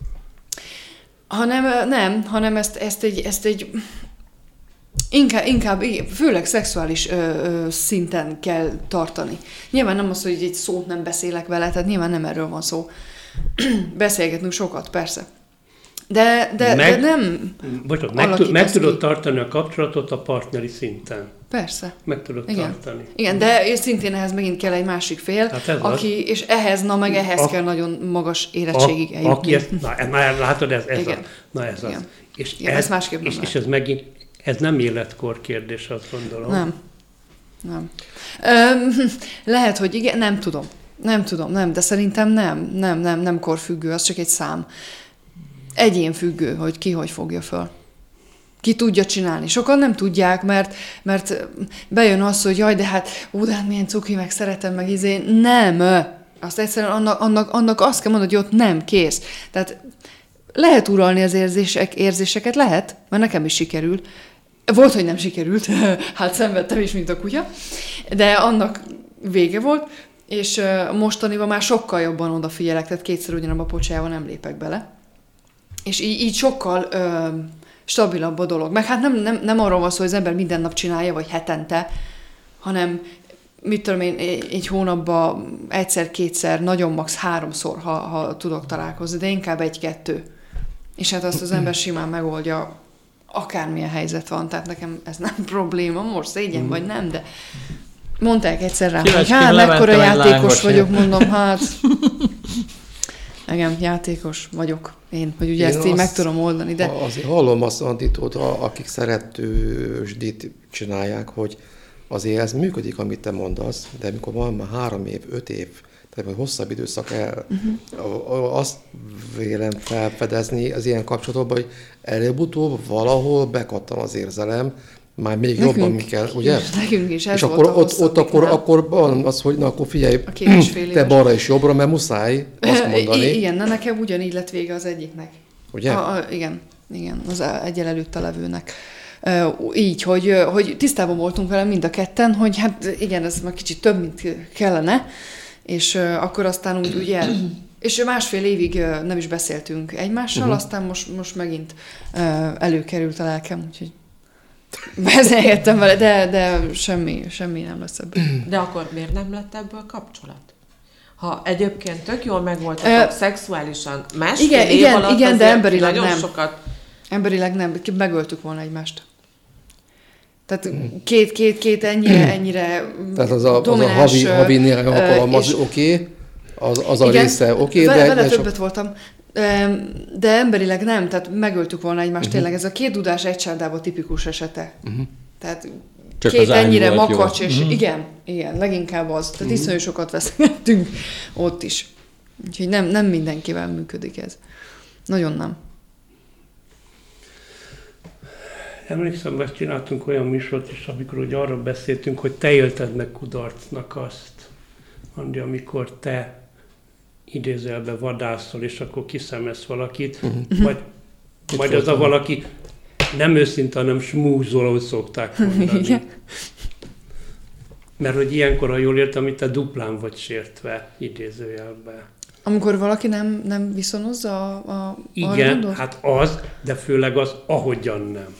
Hanem nem, hanem ezt, ezt, egy, ezt egy inkább, inkább főleg szexuális ö, ö, szinten kell tartani. Nyilván nem az, hogy egy szót nem beszélek vele, tehát nyilván nem erről van szó. Beszélgetünk sokat, persze. De, de, meg, de nem... Bocsánat, meg, tud, meg tudod tartani a kapcsolatot a partneri szinten. Persze. Meg tudod Igen. tartani. Igen, de szintén ehhez megint kell egy másik fél, hát aki, az. És ehhez, na meg ehhez a, kell nagyon magas érettségig a, eljutni. Aki ezt, na, már látod, ez, ez Igen. az. Na ez Igen. az. És, Igen, ez, ez, és, és ez megint, ez nem életkor kérdés, azt gondolom. Nem. Nem. Öm, lehet, hogy igen, nem tudom. Nem tudom, nem, de szerintem nem, nem, nem, nem korfüggő, az csak egy szám. Egyénfüggő, hogy ki hogy fogja föl. Ki tudja csinálni. Sokan nem tudják, mert, mert bejön az, hogy jaj, de hát, ú, de hát milyen cuki, meg szeretem, meg izé. Nem. Azt egyszerűen annak, annak, annak azt kell mondani, hogy ott nem, kész. Tehát lehet uralni az érzések, érzéseket, lehet, mert nekem is sikerül. Volt, hogy nem sikerült, hát szenvedtem is, mint a kutya, de annak vége volt, és mostaniban már sokkal jobban odafigyelek, tehát kétszer ugyanabban a pocsájában nem lépek bele. És így, így sokkal ö, stabilabb a dolog. Meg hát nem, nem, nem arról van szó, hogy az ember minden nap csinálja, vagy hetente, hanem mit tudom én, egy hónapban egyszer-kétszer, nagyon max. háromszor, ha, ha tudok találkozni, de inkább egy-kettő. És hát azt az ember simán megoldja, akármilyen helyzet van, tehát nekem ez nem probléma, most szégyen vagy nem, de mondták egyszer rám, hogy hát mekkora játékos vagyok, mondom, hát... Igen, játékos vagyok én, hogy ugye én ezt így meg tudom oldani, de... Azért hallom azt Antitól, akik szeretősdit csinálják, hogy azért ez működik, amit te mondasz, de amikor van már három év, öt év, tehát hogy hosszabb időszak el, uh-huh. azt vélem felfedezni az ilyen kapcsolatban, hogy előbb-utóbb valahol bekattan az érzelem, már még nekünk, jobban mi kell, ugye? Nekünk is ez és volt akkor a ott, ott akkor, akkor van az, hogy na akkor figyelj, te balra és jobbra, mert muszáj azt mondani. I- igen, na nekem ugyanígy lett vége az egyiknek. Ugye? A, a, igen, igen, az egyel előtte levőnek. Uh, így, hogy, hogy tisztában voltunk vele mind a ketten, hogy hát igen, ez már kicsit több, mint kellene, és uh, akkor aztán úgy, úgy el... És másfél évig uh, nem is beszéltünk egymással, uh-huh. aztán most, most megint uh, előkerült a lelkem, úgyhogy beszélgettem vele, de, de semmi, semmi nem lesz ebből. De akkor miért nem lett ebből kapcsolat? Ha egyébként tök jól megvoltatok uh, szexuálisan, másfél igen, év igen, alatt igen, de emberileg nagyon nem. sokat... Emberileg nem, megöltük volna egymást. Tehát két, két, két ennyire, ennyire Tehát az a, domináns, az a havi, havi néhány alkalom az oké, okay, az, az a igen, része oké, okay, de... Vele de többet csak... voltam, de emberileg nem, tehát megöltük volna egymást, uh-huh. tényleg ez a két dudás egy csárdába tipikus esete. Uh-huh. Tehát csak két ennyire makacs, és uh-huh. igen, igen, leginkább az. Tehát uh-huh. iszonyú sokat vesztettünk ott is. Úgyhogy nem, nem mindenkivel működik ez. Nagyon nem. Emlékszem, hogy csináltunk olyan műsort is, amikor úgy arra beszéltünk, hogy te élted meg kudarcnak azt, Andi, amikor te idézőjelben vadászol, és akkor kiszemesz valakit, uh-huh. majd, majd az a valaki nem őszinte, hanem smúzol, ahogy szokták mondani. Mert hogy ilyenkor, ha jól értem, hogy te duplán vagy sértve idézőjelben. Amikor valaki nem, nem viszonozza a, a igen, hát az, de főleg az, ahogyan nem.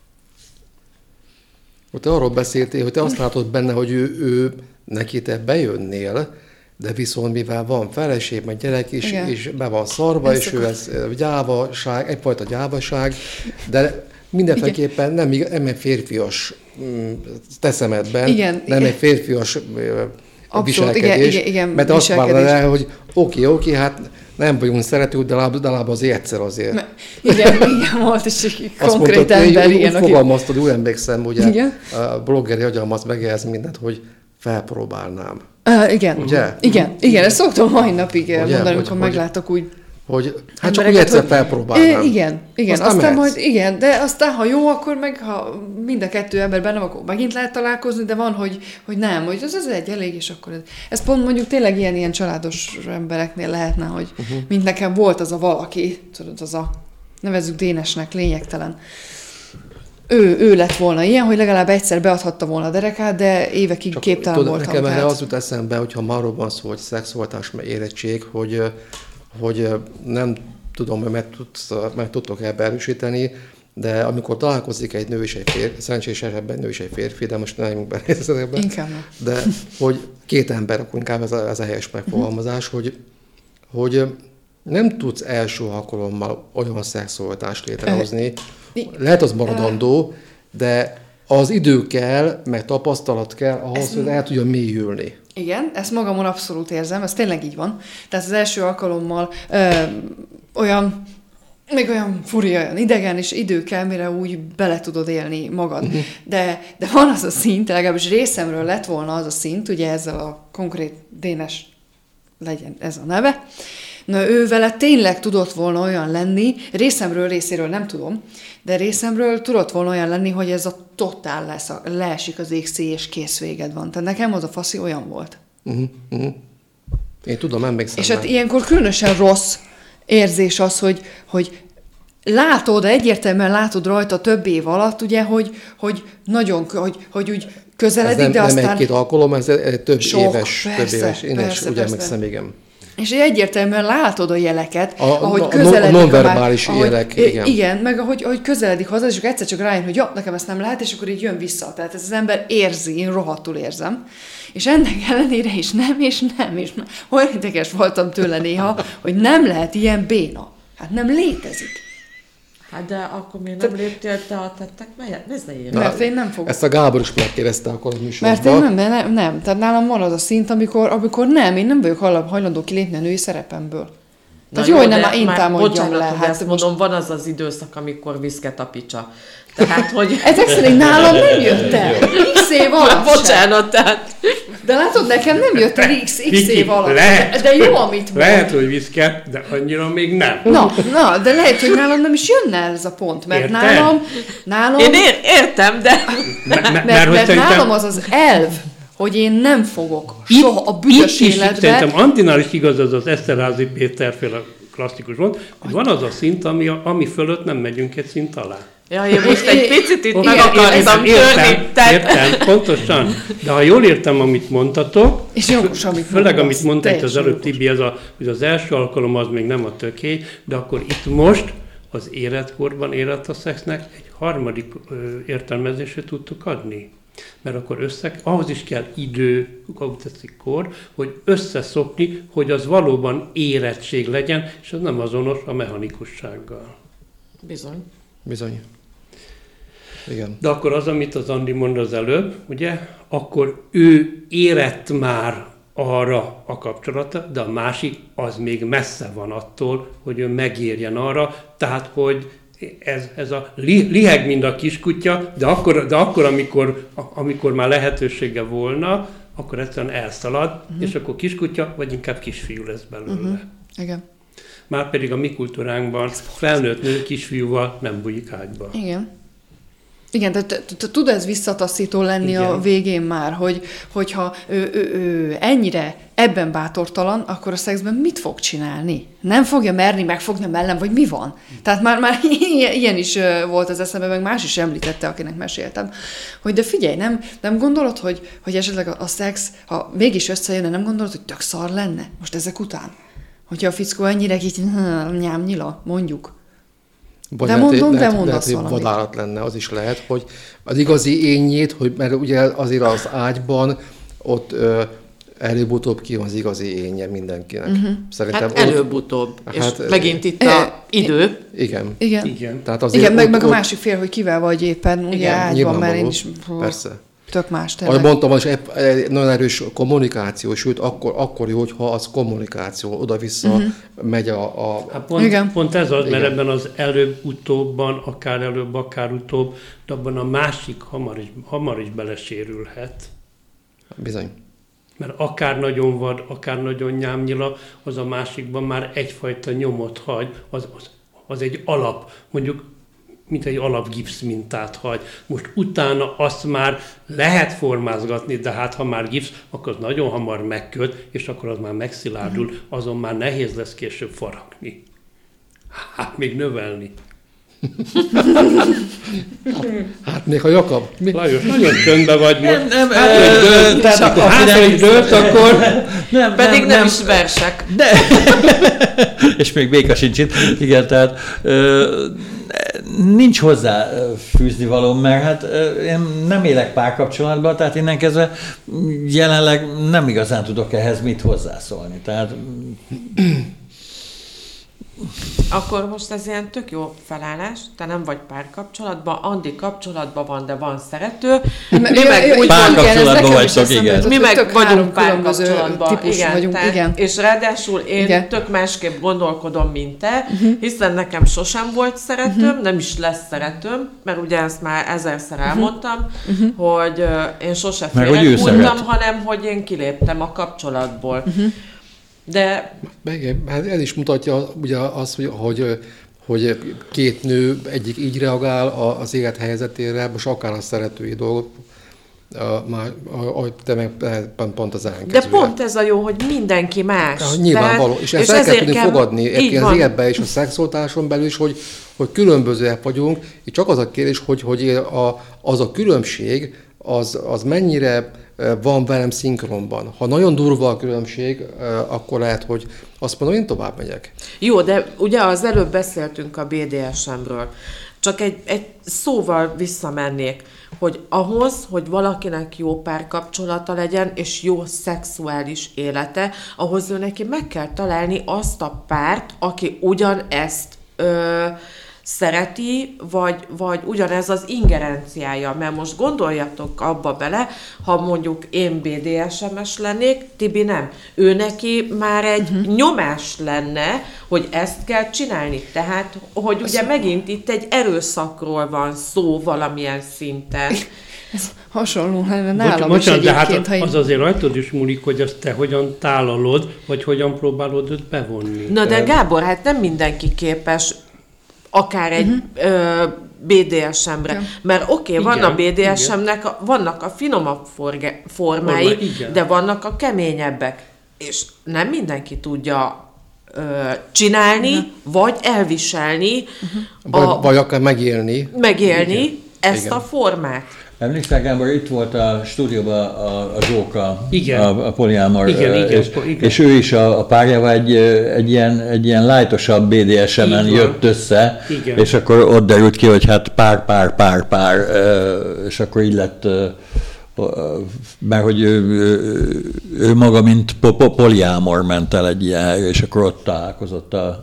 Te arról beszéltél, hogy te azt látod benne, hogy ő, ő neki te bejönnél, de viszont mivel van feleség, meg gyerek is, igen. és be van szarva, ezt és akar... ő ez gyávaság, egyfajta gyávaság, de mindenféleképpen nem, nem egy férfias teszemedben, igen, nem igen. egy férfias abszolút, viselkedés, igen, igen, igen, mert azt várnál el, hogy oké, okay, oké, okay, hát nem vagyunk szeretők, de láb azért egyszer azért. Me, igen, igen, volt is egy konkrét ember. Úgy fogalmaztad, úgy emlékszem, ugye igen? A bloggeri agyam az megjelz mindent, hogy felpróbálnám. Uh, igen, ugye? igen, igen, ezt szoktam mai napig ugye? mondani, amikor meglátok úgy. Hogy hát csak úgy egyszer felpróbálnám. Igen, igen, aztán, aztán majd, igen, de aztán ha jó, akkor meg ha mind a kettő ember benne van, akkor megint lehet találkozni, de van, hogy, hogy nem, hogy az az egy elég, és akkor ez, ez pont mondjuk tényleg ilyen, ilyen családos embereknél lehetne, hogy uh-huh. mint nekem volt az a valaki, tudod, az a, nevezzük Dénesnek, lényegtelen. Ő, ő lett volna ilyen, hogy legalább egyszer beadhatta volna a derekát, de évekig csak képtelen tudod, voltam. Nekem erre az jut eszembe, hogyha már arról van szó, hogy szexualitás, meg érettség, hogy hogy nem tudom, hogy meg, tudsz, meg tudtok ebbe erősíteni, de amikor találkozik egy nő és egy férfi, szerencsés esetben nő és egy férfi, de most nem benne ezekben. Inkább. De hogy két ember, akkor inkább ez a, ez a helyes megfogalmazás, uh-huh. hogy, hogy nem tudsz első alkalommal olyan szexualitást létrehozni. Lehet az maradandó, de az idő kell, meg tapasztalat kell ahhoz, ez hogy el tudjon mélyülni. Igen, ezt magamon abszolút érzem, ez tényleg így van. Tehát az első alkalommal ö, olyan, még olyan furi, olyan idegen, és idő kell, mire úgy bele tudod élni magad. Uh-huh. De, de van az a szint, legalábbis részemről lett volna az a szint, ugye ezzel a konkrét Dénes legyen ez a neve. Na, ő vele tényleg tudott volna olyan lenni, részemről, részéről nem tudom, de részemről tudott volna olyan lenni, hogy ez a totál lesz, leesik az égszé, és kész véged van. Tehát nekem az a faszi olyan volt. Uh-huh, uh-huh. Én tudom, emlékszem. És hát ilyenkor különösen rossz érzés az, hogy, hogy látod, egyértelműen látod rajta több év alatt, ugye, hogy, hogy nagyon, hogy, hogy úgy közeledik, nem, de aztán... nem egy-két alkalom, ez több sok, éves, persze, több éves. Én persze, is úgy emlékszem, igen. És egyértelműen látod a jeleket, a, ahogy a, közeledik. A nonverbális jelek, igen. Igen, meg ahogy, ahogy közeledik hozzá, és akkor egyszer csak rájön, hogy jó, nekem ezt nem lehet, és akkor így jön vissza. Tehát ez az ember érzi, én rohadtul érzem. És ennek ellenére is nem, és nem, és nem. Olyan ideges voltam tőle néha, hogy nem lehet ilyen béna. Hát nem létezik. Hát de akkor miért nem léptél te a tettek mellett? Nézd le én. Mert én nem fogok. Ezt a Gábor is megkérdezte akkor a műsorban. Mert én nem, nem, nem. Tehát nálam van az a szint, amikor, amikor nem, én nem vagyok hajlandó kilépni a női szerepemből. Tehát jó, hogy nem én már támadjam bocsánat, le. hogy Hát ezt mondom, van az az időszak, amikor viszket a picsa. Tehát, hogy... Ezek szerint nálam nem jött el. X év alatt sem. Bocsánat, tehát... De látod, nekem nem jött el X, X Viki, év alatt. lehet, De jó, amit mond. Lehet, hogy viszket, de annyira még nem. Na, na, de lehet, hogy nálam nem is jönne el ez a pont, mert Érted? nálam, nálam, Én ér, értem, de... Me- me- mert, mert, hogy mert szerintem- nálam az az elv, hogy én nem fogok Itt- soha a büdös itt is életben. Szerintem Antinál is igaz az az Eszterházy Péterféle klasszikus mond, hogy van az a szint, ami, a, ami fölött nem megyünk egy szint alá. Ja, én most egy picit itt Igen, meg akartam értem, törni. Tehát... értem, pontosan. De ha jól értem, amit mondtatok, És jogos, amit főleg mondasz, amit mondtál itt az teljesen előbb, jogos. Tibi, ez a, hogy az első alkalom az még nem a töké, de akkor itt most az életkorban élet a szexnek egy harmadik ö, értelmezésre tudtuk adni. Mert akkor össze, ahhoz is kell idő, ahogy tetszik kor, hogy összeszokni, hogy az valóban érettség legyen, és az nem azonos a mechanikussággal. Bizony. Bizony. Igen. De akkor az, amit az Andi mond az előbb, ugye, akkor ő érett már arra a kapcsolata, de a másik az még messze van attól, hogy ő megérjen arra, tehát, hogy ez, ez a li, liheg, mint a kiskutya, de akkor, de akkor amikor, amikor már lehetősége volna, akkor egyszerűen elszalad, uh-huh. és akkor kiskutya, vagy inkább kisfiú lesz belőle. Uh-huh. Igen. Márpedig a mi kultúránkban felnőtt nő kisfiúval nem bújik ágyba. Igen. Igen, tehát tud ez visszataszító lenni Igen. a végén már, hogy, hogyha ő, ő, ő ennyire ebben bátortalan, akkor a szexben mit fog csinálni? Nem fogja merni megfogni a mellem, vagy mi van? Tehát már, már ilyen is volt az eszemben, meg más is említette, akinek meséltem, hogy de figyelj, nem, nem gondolod, hogy, hogy esetleg a, a szex, ha mégis összejönne, nem gondolod, hogy tök szar lenne most ezek után? Hogyha a fickó ennyire így nyámnyila, mondjuk. Vagy de lehet, mondom, lehet, te mondasz lehet, hogy valamit. vadállat lenne, az is lehet, hogy az igazi énjét, hogy, mert ugye azért az ágyban ott ö, előbb-utóbb ki van az igazi énje mindenkinek. Uh-huh. Szerintem Hát ott, előbb-utóbb. Hát, És megint itt e- a idő. Igen. Igen. Igen. Tehát azért Igen, meg, ott, meg a ott, másik fél, hogy kivel vagy éppen, ugye Igen, ágyban, mert én is persze. tök más Ahogy tényleg. mondtam, az egy egy nagyon erős kommunikáció, sőt, akkor, akkor jó, ha az kommunikáció, oda-vissza uh-huh. megy a... a Hát pont, Igen. pont ez az, mert Igen. ebben az előbb-utóbban, akár előbb, akár utóbb, de abban a másik hamar is, hamar is belesérülhet. bizony. Mert akár nagyon vad, akár nagyon nyámnyila, az a másikban már egyfajta nyomot hagy, az, az, az egy alap, mondjuk, mint egy alapgipsz mintát hagy. Most utána azt már lehet formázgatni, de hát ha már gipsz, akkor az nagyon hamar megköt, és akkor az már megszilárdul, azon már nehéz lesz később faragni. Hát még növelni. Hát még a Jakab. Mi? Lajos, nagyon csöndben vagy most. Nem, nem, Hát, ö, hogy dőlt, tehát akkor akkor hát, nem- hogy dőlt, akkor... Nem, Pedig nem, nem is versek. De, és még béka sincs itt. Igen, tehát ö, nincs hozzá ö, fűzni való, mert hát ö, én nem élek párkapcsolatban, tehát innen kezdve jelenleg nem igazán tudok ehhez mit hozzászólni. Tehát Akkor most ez ilyen tök jó felállás, te nem vagy párkapcsolatban, Andi kapcsolatban van, de van szerető. Mi meg úgy Párkapcsolatban vagytok, igen. Mi meg tök vagyunk három különböző párkapcsolatban, típus igen, vagyunk, tehát, igen. és ráadásul én Igen. tök másképp gondolkodom, mint te, uh-huh. hiszen nekem sosem volt szeretőm, uh-huh. nem is lesz szeretőm, mert ugye ezt már ezerszer elmondtam, uh-huh. hogy uh, én sose Meg, hogy ő félrehúztam, szeret. hanem hogy én kiléptem a kapcsolatból. Uh-huh. De Igen, hát ez is mutatja ugye az, hogy, hogy, hogy két nő egyik így reagál a- az élet helyzetére, most akár a szeretői dolgot, a- már, ahogy te meg pont- pont az De ellenkezője. pont ez a jó, hogy mindenki más. Ja, nyilvánvaló, Tehát- és ezt el kell ezért tudni fogadni így egyébként az van. életben és a szexualitáson belül is, hogy, hogy különbözőek vagyunk, itt csak az a kérdés, hogy, hogy a, az a különbség, az, az mennyire van velem szinkronban. Ha nagyon durva a különbség, akkor lehet, hogy azt mondom, én tovább megyek. Jó, de ugye az előbb beszéltünk a bé dé es em-ről. Csak egy, egy szóval visszamennék, hogy ahhoz, hogy valakinek jó párkapcsolata legyen, és jó szexuális élete, ahhoz ő neki meg kell találni azt a párt, aki ugyanezt ö, szereti, vagy, vagy ugyanez az ingerenciája. Mert most gondoljatok abba bele, ha mondjuk én bé dé es em-es lennék, Tibi nem. Ő neki már egy uh-huh. nyomás lenne, hogy ezt kell csinálni. Tehát, hogy ugye Azt megint itt egy erőszakról van szó valamilyen szinten. Ez hasonló lenne nálam Bocs, is egyébként. De hát ha én... az azért rajtod is múlik, hogy azt te hogyan tálalod, vagy hogyan próbálod őt bevonni. Na de Gábor, hát nem mindenki képes akár egy uh-huh. ö, bé dé es em-re. Ja. Mert oké, okay, van a bé dé es em-nek, a, vannak a finomabb forge, formái, Forma, de vannak a keményebbek. És nem mindenki tudja ö, csinálni, uh-huh. vagy elviselni. Uh-huh. A, vagy, vagy akár megélni. Megélni igen. ezt igen. a formát. Emlékszel, Gábor, itt volt a stúdióban a, a Zsóka, igen. a, a poliámor, igen, igen, és, igen. és ő is a, a párjával egy, egy ilyen, egy ilyen lightosabb bé dé es em-en jött össze, igen. és akkor ott derült ki, hogy hát pár, pár, pár, pár, és akkor így lett, mert hogy ő, ő, ő maga, mint poliámor ment el egy ilyen, és akkor ott találkozott a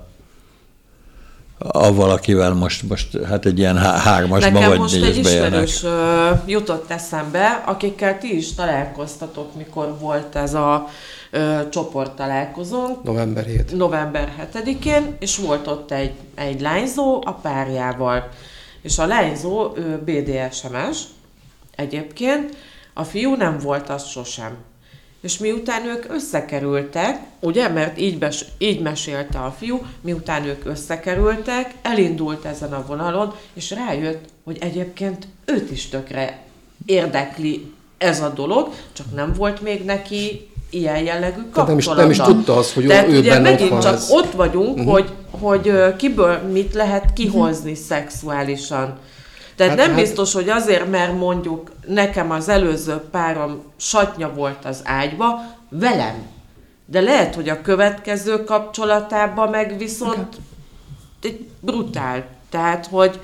a valakivel most, most hát egy ilyen hármasban Nekem vagy most négyesbe egy ismerős uh, jutott eszembe, akikkel ti is találkoztatok, mikor volt ez a uh, csoporttalálkozónk. November hetedikén. November hetedikén, és volt ott egy, egy lányzó a párjával. És a lányzó ő bé dé es em-es egyébként, a fiú nem volt az sosem. És miután ők összekerültek, ugye, mert így, bes, így mesélte a fiú, miután ők összekerültek, elindult ezen a vonalon, és rájött, hogy egyébként őt is tökre érdekli ez a dolog, csak nem volt még neki ilyen jellegű kapcsolata. Nem is, nem is tudta az, hogy Tehát ő ugye benne megint ott csak ez. ott vagyunk, uh-huh. hogy, hogy kiből mit lehet kihozni uh-huh. szexuálisan. Tehát hát, nem hát, biztos, hogy azért, mert mondjuk nekem az előző párom satnya volt az ágyba, velem. De lehet, hogy a következő kapcsolatában meg viszont egy brutál. Tehát, hogy...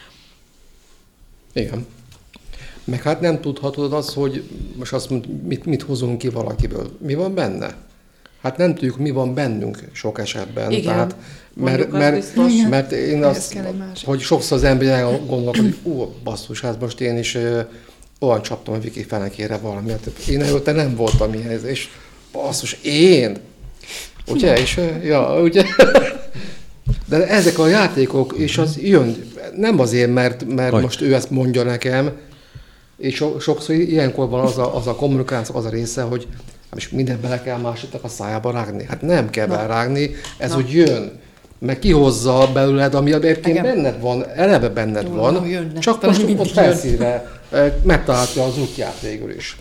Igen. Meg hát nem tudhatod azt, hogy most azt mondod, mit, mit hozunk ki valakiből. Mi van benne? Hát nem tudjuk, mi van bennünk sok esetben. Igen. Tehát, mert, mert, mert én azt, hogy sokszor az ember gondolok, hogy ó, basszus, hát most én is ö, olyan csaptam a Viki fenekére valamit. Én előtte nem voltam ilyen, és basszus, én? Ugye? És, ja, ugye? De ezek a játékok, és az jön, nem azért, mert, mert most ő ezt mondja nekem, és so, sokszor ilyenkor van az a, az a kommunikáció, az a része, hogy és mindent bele kell másiknak a szájába rágni. Hát nem kell rágni, ez Na. úgy jön. Meg kihozza belőled, ami egyébként benned van, eleve benned Jó, van, jönnek, csak most ott felszínre megtalálja az útját végül is.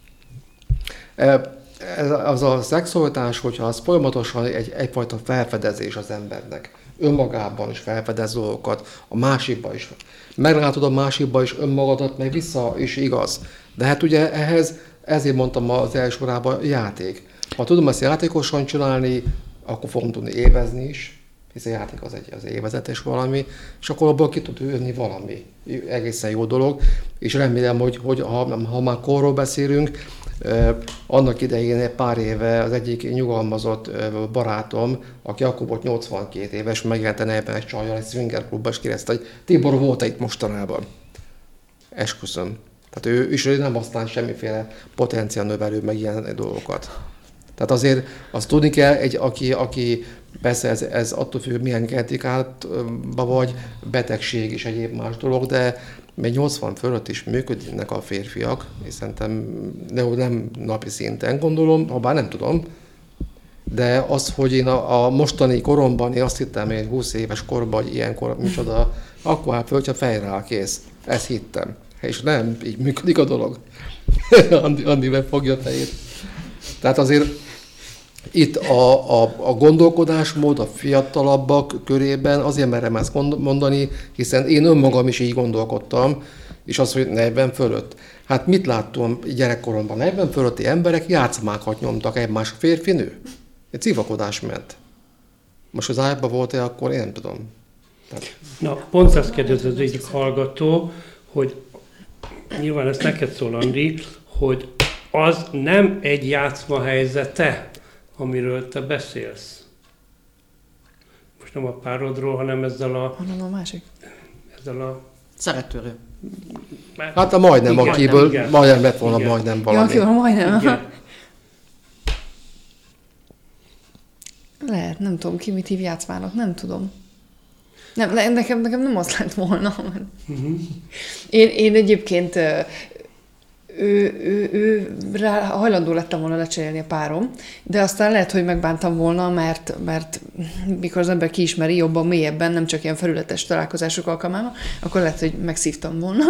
Ez, az a szexualitás, hogyha az folyamatosan egy, egyfajta felfedezés az embernek. Önmagában is felfedez dolgokat, a másikban is. Meglátod a másikban is önmagadat, meg vissza is igaz. De hát ugye ehhez, ezért mondtam az első órában, játék. Ha tudom ezt játékosan csinálni, akkor fogom tudni évezni is, hiszen a játék az egy az évezetes valami, és akkor abból ki tud jönni valami. Egészen jó dolog, és remélem, hogy, hogy ha, ha már korról beszélünk, eh, annak idején egy pár éve az egyik nyugalmazott eh, barátom, aki akkor volt nyolcvankét éves, megjelent a nejben egy csajjal egy swinger klubban, és kérdezte, hogy Tibor, volt-e itt mostanában? Esküszöm. Tehát ő is nem használ semmiféle potenciál növelő, meg ilyen dolgokat. Tehát azért azt tudni kell, egy, aki, aki persze ez, ez attól függ, milyen genetikátban vagy, betegség és egyéb más dolog, de még nyolcvan fölött is működnek a férfiak, és szerintem nem napi szinten gondolom, ha bár nem tudom, de az, hogy én a, a mostani koromban, én azt hittem, én húsz éves korban, hogy ilyenkor micsoda, akkor áll föl, hogyha fejre áll, kész. Ezt hittem. És nem, így működik a dolog. Andi, Andi megfogja a fejét. Tehát azért itt a, a, a gondolkodásmód a fiatalabbak körében, azért merem ezt mondani, hiszen én önmagam is így gondolkodtam, és az, hogy negyven fölött. Hát mit láttam gyerekkoromban? negyven fölötti emberek játszmákat nyomtak egymás, férfi-nő. Egy civakodás ment. Most az ágyban volt-e, akkor én nem tudom. Tehát... Na, pont azt kérdezi az egyik hallgató, hogy nyilván ezt neked szól, Andi, hogy az nem egy játszma helyzete, amiről te beszélsz. most nem a párodról, hanem ezzel a... Honnan a másik? Ezzel a... Szeretőről. Hát a majdnem, igen, akiből igen, majdnem lett volna igen. majdnem Ja, valami. akiből majdnem. Igen. Lehet, nem tudom, ki mit hív játszmának, nem tudom. Nem, ne- nekem, nekem nem az lett volna. Uh-huh. Én, én egyébként ö, ő, ő, ő rá hajlandó lettem volna lecserélni a párom, de aztán lehet, hogy megbántam volna, mert, mert mikor az ember kiismeri jobban, mélyebben, nem csak ilyen felületes találkozások alkalmával, akkor lehet, hogy megszívtam volna.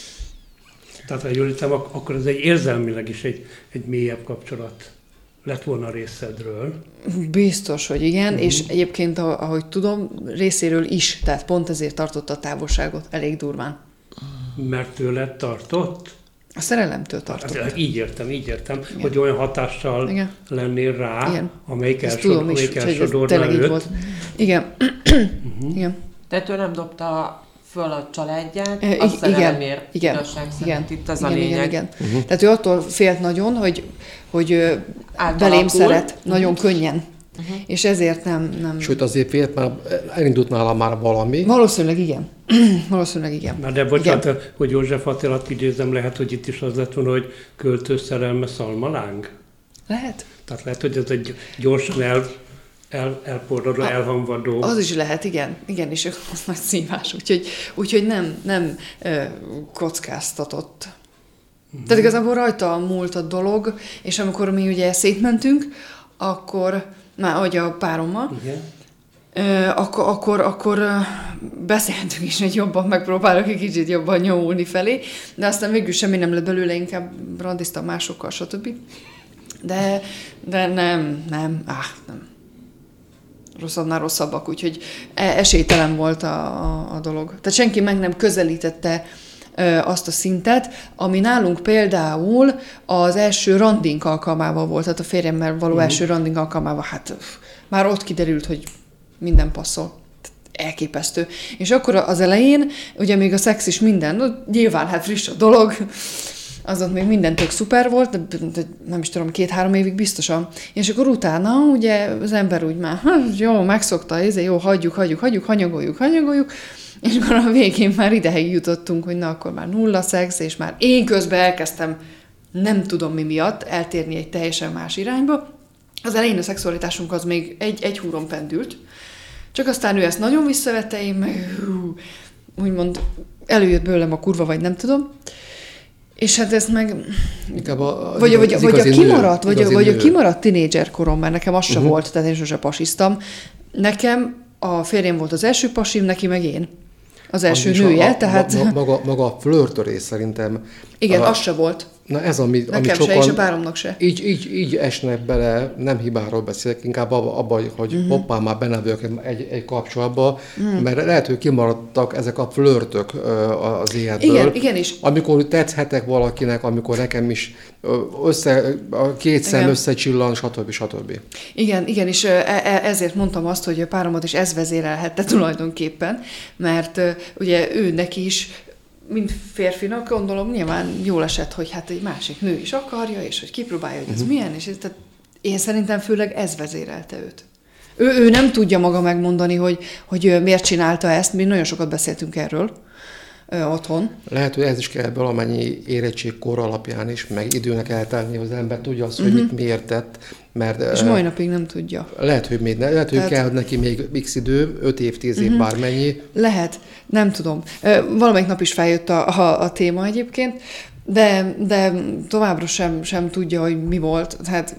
Tehát ha jól értem, ak- akkor ez egy érzelmileg is egy, egy mélyebb kapcsolat lett volna részedről. Biztos, hogy igen, Mhm. és egyébként, ah- ahogy tudom, részéről is, tehát pont ezért tartotta a távolságot elég durván. Mert tőled tartott? A szerelemtől tartott. Hát, így értem, így értem, igen. Hogy olyan hatással Igen. lennél rá, Igen. amelyik Ezt elsod, tudom is, amelyik úgyhogy ez elsodorna tényleg így őt. volt. Igen. Uh-huh. Igen. Tehát ő nem dobta föl a családját, E, a ig- szerelemért, igen, igazság igen, szerint itt az a igen, lényeg. igen, igen. Uh-huh. Tehát ő attól félt nagyon, hogy, hogy ö, Átalakul. belém szeret Uh-huh. nagyon könnyen. Uh-huh. És ezért nem... nem... Sőt, azért félt, mert elindult nála már valami. Valószínűleg igen. Valószínűleg igen. Na de bocsánat, Igen. hogy József Attilát idézem, lehet, hogy itt is az lett volna, hogy költő szerelme szalmaláng? Lehet? Tehát lehet, hogy ez egy gyorsan el, el, elporradó, A- elhamvadó. Az is lehet, igen. Igen, és az nagy szívás. Úgyhogy, úgyhogy nem, nem ö, kockáztatott. Uh-huh. Tehát igazából rajta múlt a dolog, és amikor mi ugye szétmentünk, akkor, már vagy a párommal, Igen. Ö, akkor, akkor, akkor ö, beszéltünk is, hogy jobban megpróbálok egy kicsit jobban nyomulni felé, de aztán végül semmi nem lett belőle, inkább randiztam másokkal, stb. De, de nem, nem, áh, nem. Rosszabbnál rosszabbak, úgyhogy e- esélytelen volt a, a, a dolog. Tehát senki meg nem közelítette ö, azt a szintet, ami nálunk például az első randink alkalmával volt, tehát a férjemmel való Mhm. első randink alkalmával, hát pff, már ott kiderült, hogy minden passzol. Elképesztő. És akkor az elején, ugye még a szex is minden, no, nyilván hát friss a dolog, az ott még minden tök szuper volt, de, de nem is tudom, két-három évig biztosan. És akkor utána ugye az ember úgy már, hát jó, megszokta, ezért jó, hagyjuk, hagyjuk, hagyjuk, hanyagoljuk, hanyagoljuk, és akkor a végén már ideig jutottunk, hogy na, akkor már nulla szex, és már én közben elkezdtem, nem tudom mi miatt, eltérni egy teljesen más irányba. Az elején a szexualitásunk az még egy, egy húron pendült, csak aztán ő ezt nagyon visszavette, én meg hú, úgymond előjött bőlem a kurva, vagy nem tudom. És hát ezt meg... Inkább a, Vagy, az vagy, igaz- vagy a igazi kimaradt, nő, vagy, a, igazi vagy a nő. kimaradt tinédzser korom, mert nekem az sem Uh-huh. volt, tehát én sose pasiztam. Nekem a férjem volt az első pasim, neki meg én. Az első Az is nője, a, a, tehát... ma- Maga, maga a flörtörés szerintem. Igen, a, az se volt. Na ez, ami, ami Nekem se, sokan és a páromnak se. így, így, így esnek bele, nem hibáról beszélek, inkább abba, abba hogy Mhm. uh-huh. hoppá, már benne vagyok egy, egy kapcsolatban, uh-huh. mert lehet, hogy kimaradtak ezek a flörtök ö, az életből. Igen, igen is. Amikor tetszetek valakinek, amikor nekem is ö, össze, a két szem Igen. összecsillan, stb. stb. Igen, igen, és e- e- ezért mondtam azt, hogy a páromat is ez vezérelhette tulajdonképpen, mert ö, ugye ő neki is, mint férfinak, gondolom, nyilván jól esett, hogy hát egy másik nő is akarja, és hogy kipróbálja, hogy ez uh-huh. milyen, és ez, tehát én szerintem főleg ez vezérelte őt. Ő, ő nem tudja maga megmondani, hogy, hogy ő miért csinálta ezt, mi nagyon sokat beszéltünk erről ö, otthon. Lehet, hogy ez is kell valamennyi érettségkor alapján is, meg időnek eltelni, hogy az ember tudja azt, hogy Mhm. mit miért tett. Mert, És eh, mai napig nem tudja. Lehet, hogy még ne, lehet, hogy Tehát- kell neki még x idő, öt év, tíz év, Mhm. bármennyi. Lehet, nem tudom. Ö, Valamelyik nap is feljött a, a, a téma egyébként, de, de továbbra sem, sem tudja, hogy mi volt. Tehát,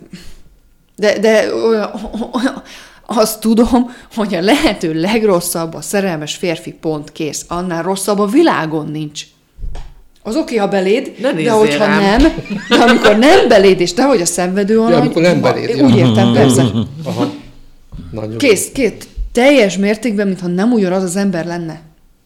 de, de olyan, olyan, azt tudom, hogy a lehető legrosszabb a szerelmes férfi, pont, kész. Annál rosszabb a világon nincs. Az oké, ha beléd, Ne de nézzél hogyha rám. nem, de amikor nem beléd, és te vagy a szenvedő alany, amikor nem beléd, úgy ja. értem, persze. Aha. Nagyon Kész, két, teljes mértékben, mintha nem ugyanaz az ember lenne.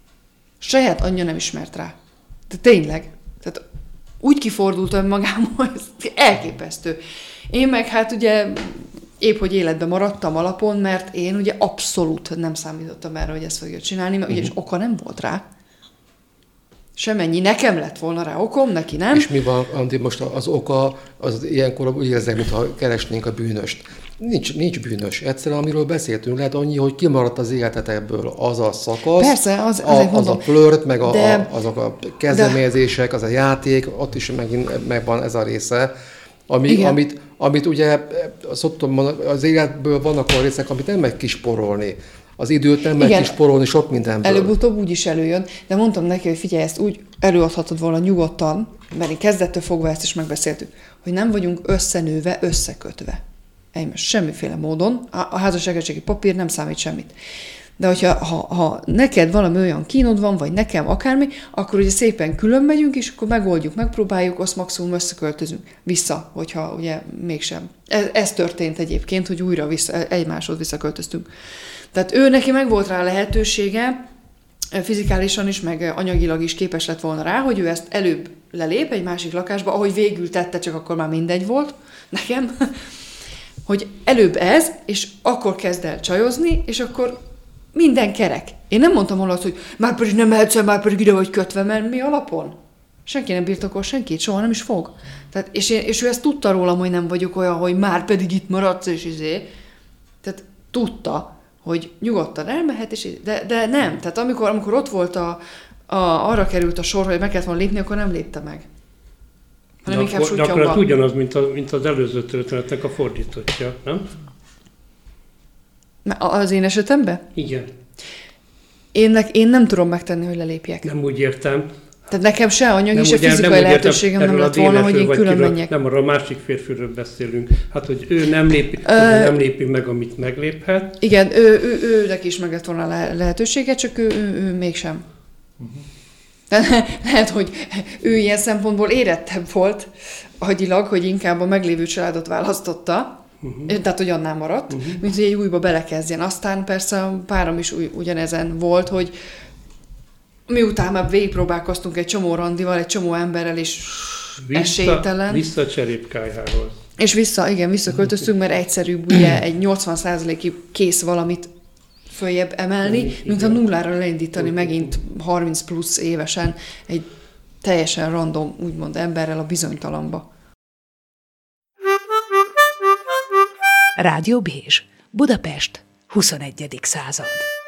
Saját anyja nem ismert rá. De tényleg. Tehát úgy kifordult önmagámmal, ez elképesztő. Én meg hát ugye épp, hogy életben maradtam alapon, mert én ugye abszolút nem számítottam erre, hogy ezt fogja csinálni, mert ugye és oka nem volt rá. Semennyi. Nekem lett volna rá okom, neki nem. És mi van, Andi, most az oka, az ilyenkor úgy érzek, mintha keresnénk a bűnöst. Nincs, nincs bűnös. Egyszerűen, amiről beszéltünk, lehet annyi, hogy kimaradt az életet ebből az a szakasz, Persze, az, a, az a flirt, meg a, de, a, azok a kezdeményezések, de, az a játék, ott is megint megvan ez a része, ami, amit, amit ugye szoktam mondani, az életből vannak olyan részek, amit nem meg kisporolni. Az időt nem meg kisporolni sok mindenből. Előbb-utóbb úgy is előjön, de mondtam neki, hogy figyelj, ezt úgy előadhatod volna nyugodtan, mert én kezdettől fogva ezt is megbeszéltük, hogy nem vagyunk összenőve, összekötve. Ennyi, semmiféle módon. A házasságegységi papír nem számít semmit. De hogyha ha, ha neked valami olyan kínod van, vagy nekem akármi, akkor ugye szépen külön megyünk, és akkor megoldjuk, megpróbáljuk, azt maximum összeköltözünk vissza, hogyha ugye mégsem. Ez, ez történt egyébként, hogy újra vissza, egymáshoz visszaköltöztünk. Tehát ő neki meg volt rá lehetősége, fizikálisan is, meg anyagilag is képes lett volna rá, hogy ő ezt előbb lelép egy másik lakásba, ahogy végül tette, csak akkor már mindegy volt nekem, hogy előbb ez, és akkor kezd el csajozni, és akkor minden kerek. Én nem mondtam volna azt, hogy már pedig nem mehetsz, már pedig ide vagy kötve, mert mi alapon? Senki nem birtokol senkit, soha nem is fog. Tehát, és, én, és ő ezt tudta rólam, hogy nem vagyok olyan, hogy már pedig itt maradsz, és izé. Tehát tudta, hogy nyugodtan elmehet, és de, de nem. Tehát amikor, amikor ott volt a, a, arra került a sor, hogy meg kellett volna lépni, akkor nem lépte meg. Hanem de inkább akkor, de akkor ugyanaz, mint, a, mint az előző történetnek a fordítottja, nem? Az én esetemben? Igen. Én, én nem tudom megtenni, hogy lelépjek. Nem úgy értem. Tehát nekem se anyagi, se fizikai lehetőségem nem lett volna, hogy én külön kiről, menjek. Nem, arra a másik férfiről beszélünk. Hát, hogy ő nem lépi, Ö... nem lépi meg, amit megléphet. Igen, ő, ő, ő, ő is meg lett volna a lehetősége, csak ő, ő, ő mégsem. Uh-huh. Lehet, hogy ő ilyen szempontból érettebb volt agyilag, hogy inkább a meglévő családot választotta, uh-huh. tehát hogy annál maradt, uh-huh. mint hogy egy újba belekezdjen. Aztán persze a párom is ugy, ugyanezen volt, hogy miután már végigpróbálkoztunk egy csomó randival, egy csomó emberrel is vissza, esélytelen. Vissza Cserépkályhához. És vissza, igen, visszaköltöztünk, mert egyszerűbb ugye egy nyolcvan százalékig kész valamit följebb emelni, igen. mint a nullára leindítani igen. megint harminc plusz évesen egy teljesen random, úgymond emberrel a bizonytalanba. Rádió Bézs, Budapest, huszonegyedik század.